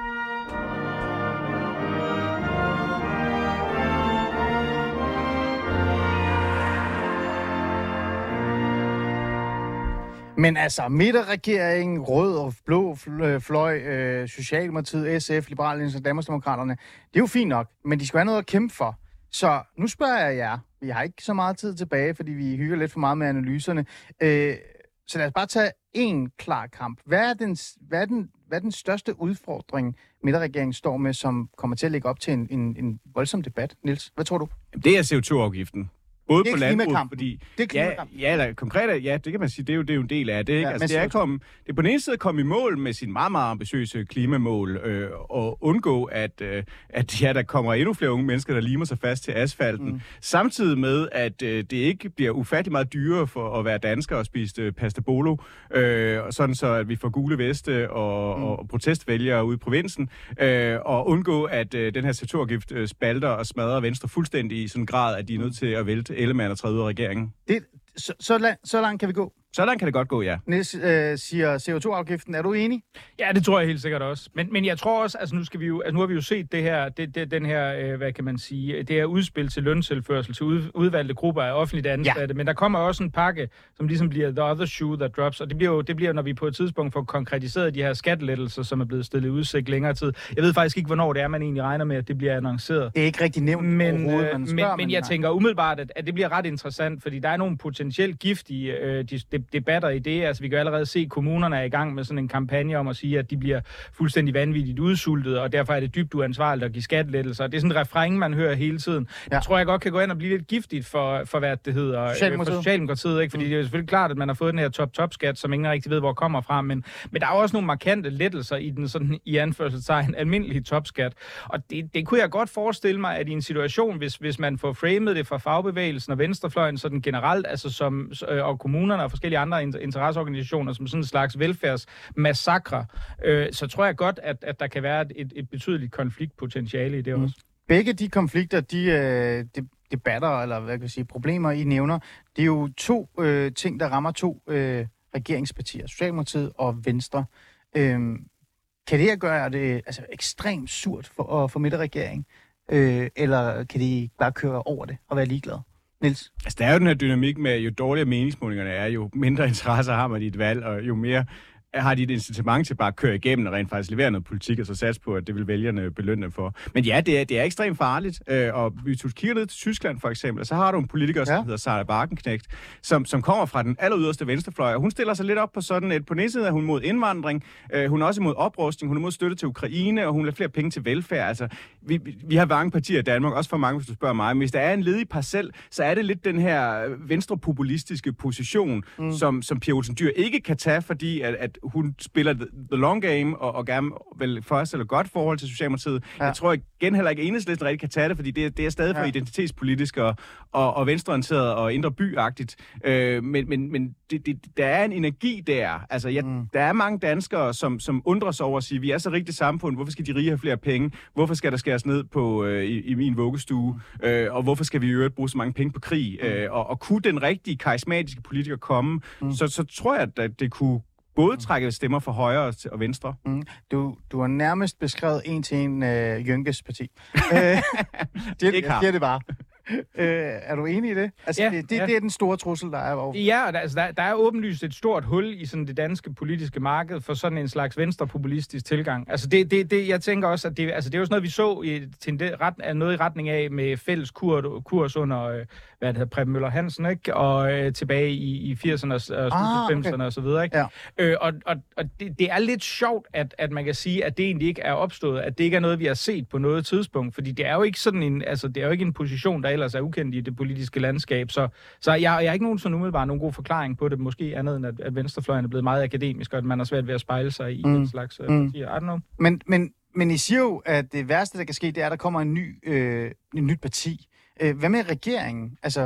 Men altså, midterregeringen, rød og blå fløj, øh, Socialdemokratiet, S F, Liberale Alliance og Danmarksdemokraterne, det er jo fint nok, men de skal have noget at kæmpe for. Så nu spørger jeg jer, vi har ikke så meget tid tilbage, fordi vi hygger lidt for meget med analyserne, øh, så lad os bare tage en klar kamp. Hvad er den, hvad er den, hvad er den største udfordring, midterregeringen står med, som kommer til at lægge op til en, en, en voldsom debat? Niels, hvad tror du? Det er C O to afgiften. Både på landbruget, fordi... Det er ja, ja, eller konkret, ja, det kan man sige, det er jo, det er jo en del af det, ikke? Ja, altså, det er, komme, det er på den ene side at komme i mål med sine meget, meget ambitiøse klimamål, øh, og undgå, at, øh, at ja, der kommer endnu flere unge mennesker, der limer sig fast til asfalten. Mm. Samtidig med, at øh, det ikke bliver ufattelig meget dyrere for at være dansker og spise øh, pasta bolo, øh, sådan så, at vi får gule veste og, mm. og protestvælgere ude i provinsen, øh, og undgå, at øh, den her C O to afgift øh, spalter og smadrer Venstre fuldstændig i sådan en grad, at de er nødt til at vælte Ellemann og træde ud af regeringen. Det, så, så, langt, så langt kan vi gå? Så langt kan det godt gå, ja. Niels øh, siger C O to afgiften. Er du enig? Ja, det tror jeg helt sikkert også. Men, men jeg tror også, altså nu, skal vi jo, altså nu har vi jo set det her, det, det, den her, øh, hvad kan man sige, det her udspil til løntilførsel til ud, udvalgte grupper af offentligt ansatte. Ja. Men der kommer også en pakke, som ligesom bliver the other shoe that drops. Og det bliver jo, det bliver, når vi på et tidspunkt får konkretiseret de her skattelettelser, som er blevet stillet i udsigt længere tid. Jeg ved faktisk ikke, hvornår det er, man egentlig regner med, at det bliver annonceret. Det er ikke rigtig nævnt men, overhovedet, man spørger, men, men jeg nej. tænker umiddelbart, at, at det bliver ret interessant, fordi der er nogle potentielt giftige øh, de, de, debatter i det. Altså, vi kan allerede se, at kommunerne er i gang med sådan en kampagne om at sige, at de bliver fuldstændig vanvittigt udsultet, og derfor er det dybt uansvarligt at give skattelettelser. Det er sådan en refræng, man hører hele tiden. Ja. Jeg tror, jeg godt kan gå ind og blive lidt giftigt for, for hvad det hedder, Socialdemokratiet. For Socialdemokratiet, ikke? Fordi mm. det er jo selvfølgelig klart, at man har fået den her top-top-skat, som ingen rigtig ved, hvor kommer fra, men, men der er også nogle markante lettelser i den sådan, i anførselstegn, almindelige topskat. Og det, det kunne jeg godt forestille mig, at i en situation, hvis, hvis man får framet det fra fagbevægelsen og venstrefløjen, sådan generelt, altså som, og kommunerne og forskellige andre interesseorganisationer som sådan en slags velfærdsmassakre, øh, så tror jeg godt, at, at der kan være et, et betydeligt konfliktpotentiale i det også. Mm. Begge de konflikter, de, øh, de debatter, eller hvad kan jeg sige, problemer, I nævner, det er jo to øh, ting, der rammer to øh, regeringspartier, Socialdemokratiet og Venstre. Øhm, kan det her gøre det altså, ekstremt surt for at få midterregering? Øh, eller kan de bare køre over det og være ligeglade? Niels? Altså, der er jo den her dynamik med, jo dårligere meningsmålingerne er, jo mindre interesse har man i et valg, og jo mere har de et incitament til bare at køre igennem og rent faktisk levere noget politik, og så satse på, at det vil vælgerne belønne for. Men ja, det er, det er ekstremt farligt, øh, og hvis du kigger ned til Tyskland for eksempel, så har du en politiker, som ja. hedder Sarah Wagenknecht, som, som kommer fra den aller yderste venstrefløj, og hun stiller sig lidt op på sådan et, på den ene side er hun mod indvandring, øh, hun er også imod oprustning, hun er mod støtte til Ukraine, og hun vil flere penge til velfærd. Altså, vi, vi har mange partier i Danmark, også for mange, hvis du spørger mig, men hvis der er en ledig parcel, så er det lidt den her venstrepopulistiske position, mm. som, som Pia Olsen Dyhr ikke kan tage, fordi at, at hun spiller the long game, og, og gerne vil forestille et godt forhold til Socialdemokratiet. Ja. Jeg tror igen heller ikke, Enhedslisten rigtig kan tage det, fordi det, det er stadig for ja. identitetspolitisk og, og, og venstreorienteret og indre byagtigt. Øh, men men, men det, det, der er en energi der. Altså, jeg, mm. der er mange danskere, som, som undrer sig over at sige, vi er så rigtigt samfund, hvorfor skal de rige have flere penge? Hvorfor skal der skæres ned på, øh, i, i min vuggestue? Øh, og hvorfor skal vi i øvrigt bruge så mange penge på krig? Mm. Øh, og, og kunne den rigtige karismatiske politiker komme, mm. så, så tror jeg, at det kunne både trække stemmer for højre og venstre. Mm. Du, du har nærmest beskrevet en til en uh, Jønkes parti. uh, det, det er det bare. Uh, er du enig i det? Altså, ja, det, det, ja. det er den store trussel, der er over. Ja, og der, altså, der, der er åbenlyst et stort hul i sådan det danske politiske marked for sådan en slags venstrepopulistisk tilgang. Altså, det, det, det, jeg tænker også, at det, altså, det er jo sådan noget, vi så i, til en ret, noget i retning af med fælles kur, kurs under, øh, hvad det hedder, Preben Møller Hansen, ikke? Og øh, tilbage i, i firserne og ah, halvfemserne okay. og så videre, ikke? Ja. Øh, og og, og det, det er lidt sjovt, at, at man kan sige, at det egentlig ikke er opstået, at det ikke er noget, vi har set på noget tidspunkt, fordi det er jo ikke sådan en, altså, det er jo ikke en position, der ellers er ukendt i det politiske landskab. Så, så jeg, jeg har ikke nogen sådan umiddelbart nogen god forklaring på det, måske andet end, at, at venstrefløjen er blevet meget akademisk, og at man har svært ved at spejle sig i mm. den slags uh, mm. partier. I don't know. Men, men, men I siger jo, at det værste, der kan ske, det er, at der kommer en ny, øh, en nyt parti. Øh, hvad med regeringen? Altså,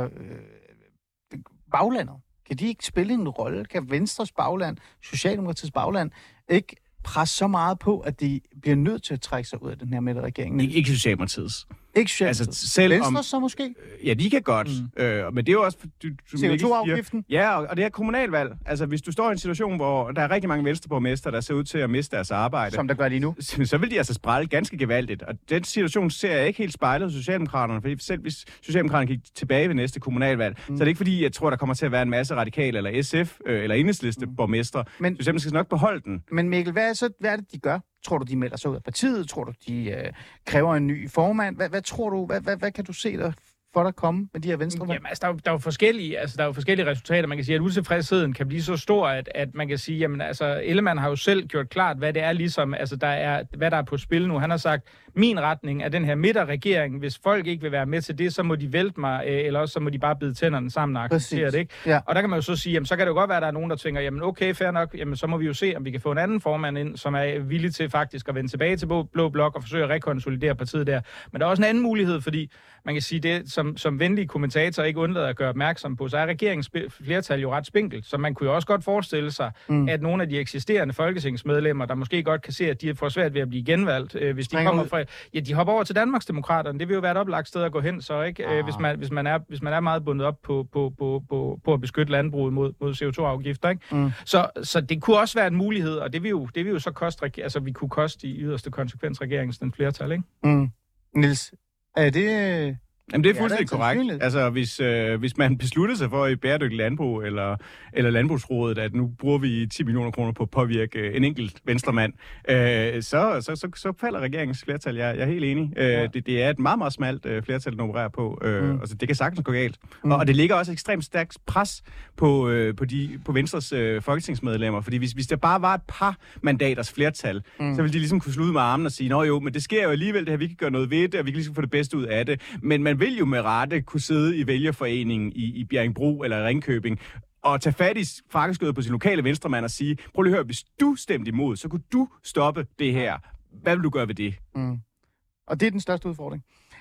øh, baglandet? Kan de ikke spille en rolle? Kan Venstres bagland, Socialdemokratiets bagland, ikke presse så meget på, at de bliver nødt til at trække sig ud af den her midterregering? Ikke, ikke Socialdemokratiets. Ikke Socialdemokratiet. Altså, selv Venstre om, så måske? Ja, de kan godt. Mm. Øh, men det er jo også... Du, du C O to afgiften? Ja, og, og det er kommunalvalg. Altså, hvis du står i en situation, hvor der er rigtig mange venstreborgmestre, der ser ud til at miste deres arbejde... Som der gør lige nu? Så, så vil de altså sprælle ganske gevaldigt. Og den situation ser jeg ikke helt spejlet hos Socialdemokraterne, fordi selv hvis Socialdemokraterne gik tilbage ved næste kommunalvalg, mm. så er det ikke fordi, jeg tror, der kommer til at være en masse radikale eller S F øh, eller Enhedsliste mm. borgmestre. Men Socialdemokraterne skal nok beholde den. Men Mikkel, hvad er, så, hvad er det, de gør? Tror du, de melder sig ud af partiet? Tror du, de øh, kræver en ny formand? Hvad, hvad tror du? Hvad, hvad, hvad kan du se der for dig komme med de her venstrevalg? Jamen, altså, der er, jo, der er jo forskellige, altså, der er jo forskellige resultater. Man kan sige, at utilfredsheden kan blive så stor, at, at man kan sige, jamen, altså, Ellemann har jo selv gjort klart, hvad det er ligesom, altså, der er, hvad der er på spil nu. Han har sagt, min retning er den her midterregering. Hvis folk ikke vil være med til det, så må de vælte mig, eller også så må de bare bide tænderne sammen og acceptere det, ikke? Ja. Og der kan man jo så sige, jamen, så kan det jo godt være, at der er nogen, der tænker, jamen, okay, fair nok, jamen, så må vi jo se, om vi kan få en anden formand ind, som er villig til faktisk at vende tilbage til Blå Blok og forsøge at rekonsolidere partiet der. Men der er også en anden mulighed, fordi man kan sige det, som, som venlige kommentatorer ikke undlader at gøre opmærksom på, så er regeringens flertal jo ret spinkelt. Så man kunne jo også godt forestille sig, mm. at nogle af de eksisterende folketingsmedlemmer, der måske godt kan se, at de får svært ved at blive genvalgt, øh, hvis de kommer fra... Ja, de hopper over til Danmarksdemokraterne. Det vil jo være et oplagt sted at gå hen, så ikke? Ah. Øh, hvis, man, hvis, man er, hvis man er meget bundet op på, på, på, på, på at beskytte landbruget mod, mod C O to afgifter, ikke? Mm. Så, så det kunne også være en mulighed, og det vil jo, det vil jo så koste... Altså, vi kunne koste i yderste konsekvens regeringens den flertal, ikke? Mm. Niels, er det... Jamen, det er fuldstændig ja, korrekt. Altså, hvis, øh, hvis man beslutter sig for i bæredygtig landbrug eller, eller landbrugsrådet, at nu bruger vi ti millioner kroner på at påvirke en enkelt venstremand, øh, så, så, så, så falder regeringens flertal. Jeg, jeg er helt enig. Øh, ja. det, det er et meget, meget smalt øh, flertal, der opererer på. Øh, mm. altså, det kan sagtens gå galt. Mm. Og, og det ligger også ekstremt stærkt pres på, øh, på, de, på Venstres øh, folketingsmedlemmer. Fordi hvis, hvis der bare var et par mandaters flertal, mm. så ville de ligesom kunne slutte med armen og sige, nå jo, men det sker jo alligevel, det her, vi kan gøre noget ved det, og vi kan ligesom få det bedste ud af det. Men man vil jo med rette kunne sidde i vælgerforeningen i, i Bjerringbro eller Ringkøbing og tage fat i frakkeskødet på sin lokale venstremand og sige, prøv lige at høre, hvis du stemte imod, så kunne du stoppe det her. Hvad vil du gøre ved det? Mm. Og det er den største udfordring.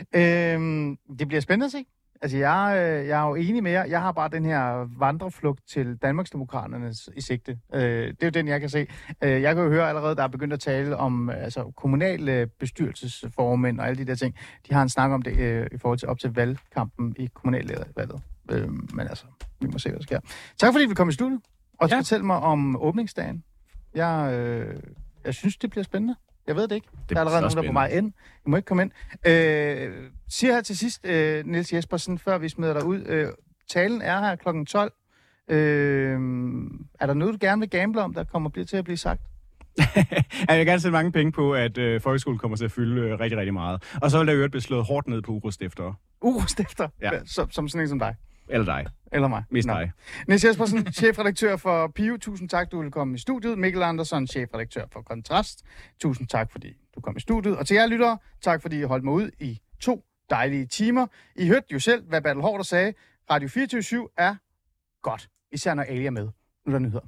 Øhm, det bliver spændende at se. Altså, jeg, jeg er jo enig med jer. Jeg har bare den her vandreflugt til Danmarksdemokraternes i sigte. Øh, det er jo den, jeg kan se. Øh, jeg kan jo høre allerede, der er begyndt at tale om altså, kommunale bestyrelsesformænd og alle de der ting. De har en snak om det øh, i forhold til op til valgkampen i kommunalvalget. Øh, men altså, vi må se, hvad der sker. Tak fordi vi kom i studiet. Og Ja. fortæl mig om åbningsdagen. Jeg, øh, jeg synes, det bliver spændende. Jeg ved det ikke. Det der er allerede nogen, der er på vej spændende. ind. I må ikke komme ind. Øh, siger her til sidst, øh, Niels Jespersen, før vi smider dig ud. Øh, talen er her klokken tolv. Øh, er der noget, du gerne vil gamble om, der kommer bliver til at blive sagt? Jeg vil gerne sætte mange penge på, at øh, folkeskolen kommer til at fylde øh, rigtig, rigtig meget. Og så vil der jo øvrigt blive slået hårdt ned på urostiftere. Urostifter? Ja. Som, som sådan en som dig? Eller dig. Eller mig? Mest Nå. dig. Niels Jespersen, chefredaktør for P I O. Tusind tak, du vil komme i studiet. Mikkel Andersen, chefredaktør for Kontrast. Tusind tak, fordi du kom i studiet. Og til jer lyttere, tak fordi I holdt mig ud i to dejlige timer. I hørte jo selv, hvad Bertel Haarder sagde. Radio fireogtyve syv er godt. Især når Ali er med. Nu er der nyheder.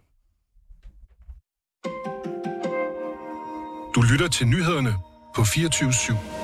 Du lytter til nyhederne på fireogtyve syv.